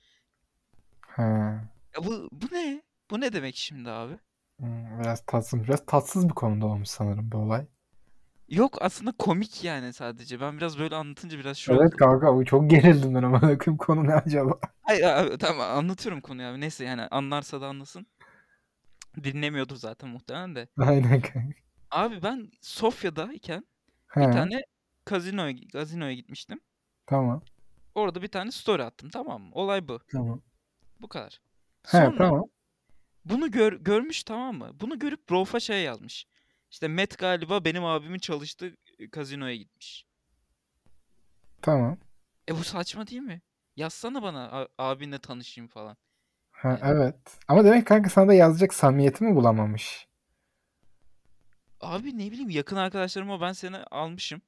Ha. Ya bu, bu ne? Bu ne demek şimdi abi? Hmm, biraz tatsız, biraz tatsız bir konuda olmuş sanırım bu olay. Yok aslında komik yani sadece. Ben biraz böyle anlatınca biraz şey Evet oldum. kanka o çok gerildim ben ama bakayım konu ne acaba? Hayır abi tamam anlatıyorum konuyu abi. Neyse yani anlarsa da anlasın. Dinlemiyordur zaten muhtemelen de. Aynen kanka. Abi ben Sofya'dayken bir Ha, tane kazinoya, gazinoya gitmiştim. tamam. Orada bir tane story attım tamam mı? Olay bu. Tamam. Bu kadar. Ha, Sonra tamam. bunu gör, görmüş tamam mı? Bunu görüp Rauf'a şey yazmış. İşte Met galiba benim abimin çalıştığı kazinoya gitmiş. Tamam. E bu saçma değil mi? Yazsana bana a- abinle tanışayım falan. Ha, Yani evet. Ama demek kanka sana da yazacak samimiyeti mi bulamamış? Abi ne bileyim yakın arkadaşlarıma ben seni almışım.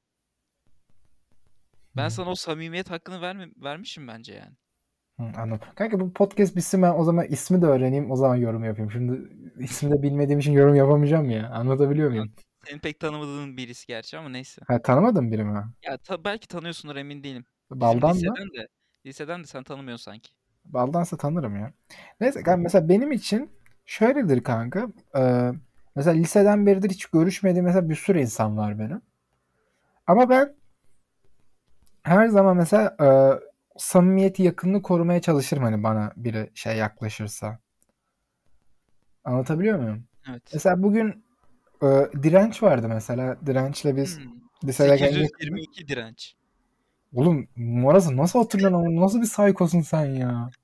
Ben Hı. sana o samimiyet hakkını verme, vermişim bence yani. Hı, anladım. Kanka bu podcast bitsin, ben o zaman ismi de öğreneyim, o zaman yorum yapayım. Şimdi ismini de bilmediğim için yorum yapamayacağım ya. Anlatabiliyor Yani muyum? senin pek tanımadığın birisi gerçi ama neyse. Ha, tanımadın biri mi? Ya ta- belki tanıyorsundur emin değilim. Bizim Baldan mı? liseden de liseden de sen tanımıyorsun sanki. Baldansa tanırım ya. Neyse kanka, Hı. mesela benim için şöyledir kanka. Ee, mesela liseden beridir hiç görüşmediğim mesela bir sürü insan var benim. Ama ben her zaman mesela e, samimiyeti, yakınlığı korumaya çalışırım hani bana biri şey yaklaşırsa. Anlatabiliyor muyum? Evet. Mesela bugün e, Direnç vardı mesela. Direnç'le biz Hmm. lisedeyken yakındık. sekiz yüz yirmi iki direnç. Oğlum numarası nasıl hatırlıyorsun ama, nasıl bir saykosun sen ya?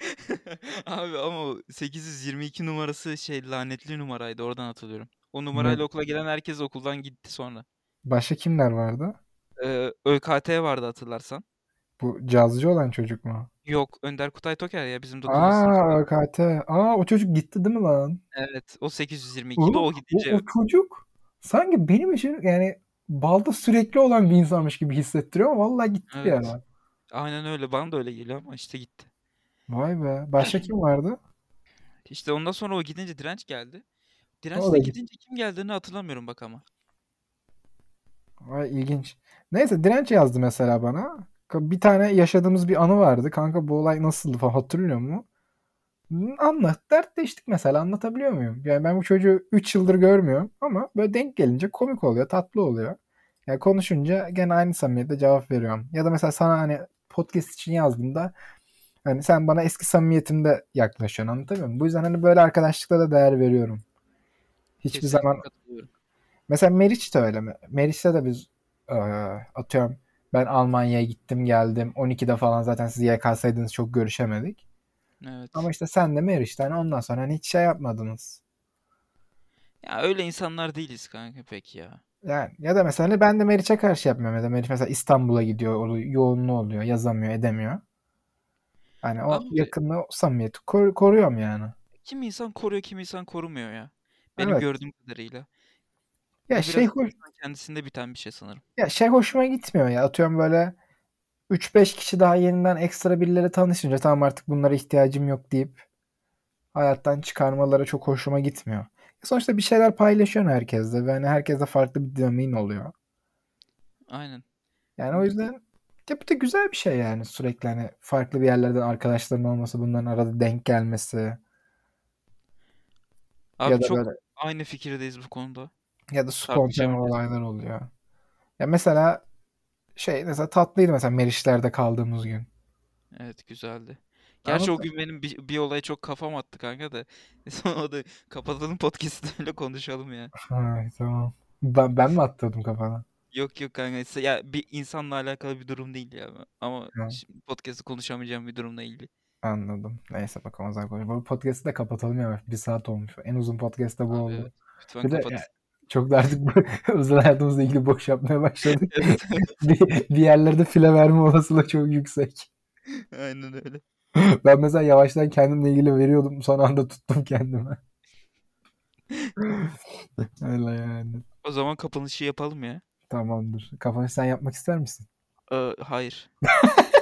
Abi ama o sekiz yüz yirmi iki numarası şey lanetli numaraydı oradan hatırlıyorum. O Ne? numarayla okula gelen herkes okuldan gitti sonra. Başka kimler vardı? Ee, ÖKT vardı hatırlarsan. Bu cazcı olan çocuk mu? Yok Önder Kutay Toker ya bizim dokuzuncu Aa, sınıfta. A K T. Aa, o çocuk gitti değil mi lan? Evet o sekiz yüz yirmi ikiydi Oğlum o o, gidince o çocuk sanki benim için yani balda sürekli olan bir insanmış gibi hissettiriyor ama vallahi gitti bir evet. ara. Aynen öyle bana da öyle geliyor ama işte gitti. Vay be. Başka kim vardı? İşte ondan sonra o gidince direnç geldi. O Direnç da de gitti. gidince kim geldiğini hatırlamıyorum bak ama. Vay, ilginç. Neyse, Direnç yazdı mesela bana. Bir tane yaşadığımız bir anı vardı. Kanka bu olay nasıldı falan, hatırlıyor musun? Hı, anlat. Dertleştik mesela, anlatabiliyor muyum? Yani ben bu çocuğu üç yıldır görmüyorum ama böyle denk gelince komik oluyor, tatlı oluyor. Yani konuşunca gene aynı samimiyette cevap veriyorum. Ya da mesela sana hani podcast için yazdığımda hani sen bana eski samimiyetimde yaklaşıyorsun, anlatabiliyor muyum? Bu yüzden hani böyle arkadaşlıklara da değer veriyorum. Hiçbir Kesinlikle zaman katılıyorum. mesela Meriç de öyle mi? Meriç'te de biz e, atıyorum ben Almanya'ya gittim geldim. on ikide falan zaten siz Y K S'ydınız, çok görüşemedik. Evet. Ama işte sen de Meriç'ten ondan sonra hani hiç şey yapmadınız. Ya öyle insanlar değiliz kanka pek ya. Yani ya da mesela hani ben de Meriç'e karşı yapmıyorum. Ya da Meriç mesela İstanbul'a gidiyor. Orada yoğunluğu oluyor. Yazamıyor, edemiyor. Hani o Abi yakınlığı, o samimiyeti kor- koruyorum yani. kim insan koruyor kim insan korumuyor ya. Benim Evet. gördüğüm kadarıyla. Ya Bu şey biraz hoş, insan kendisinde biten bir şey sanırım. ya şey hoşuma gitmiyor ya. Atıyorum böyle üç beş kişi daha yeniden ekstra birileri tanışınca tamam artık bunlara ihtiyacım yok deyip hayattan çıkarmaları çok hoşuma gitmiyor. Sonuçta bir şeyler paylaşıyorsun herkesle ve hani herkese farklı bir dinamiğin oluyor. Aynen. Yani o Bir- yüzden ya bu da güzel bir şey yani, sürekli hani farklı bir yerlerden arkadaşların olması, bunların arada denk gelmesi Abi ya da çok böyle aynı fikirdeyiz bu konuda. ya da spontane Tartışamayız. olaylar oluyor. Ya mesela şey, mesela tatlıydı mesela Meriçler'de kaldığımız gün. Evet güzeldi. Gerçi o Anladın? gün benim bir, bir olaya çok kafam attı kanka da. Sonra o da kapatalım podcast'ı öyle konuşalım ya. Ay, tamam. Ben, ben mi attırdım kafana? Yok yok kanka. ise- Ya bir insanla alakalı bir durum değil ya. Ama Ha, şimdi podcast'ı konuşamayacağım bir durumla ilgili. anladım. Neyse bakalım, o zaman konuşalım. Bu podcast'ı da kapatalım ya. Bir saat olmuş. En uzun podcast da bu Abi oldu. evet. Lütfen Bir de ya, kapat. çok da artık bu özel hayatımızla ilgili boş yapmaya başladık. Evet evet. Bir, bir yerlerde file verme olasılığı çok yüksek. Aynen öyle. Ben mesela yavaştan kendimle ilgili veriyordum. Son anda tuttum kendimi. Öyle yani. O zaman kapanışı yapalım ya. Tamamdır. Kafanı sen yapmak ister misin? Ee, hayır.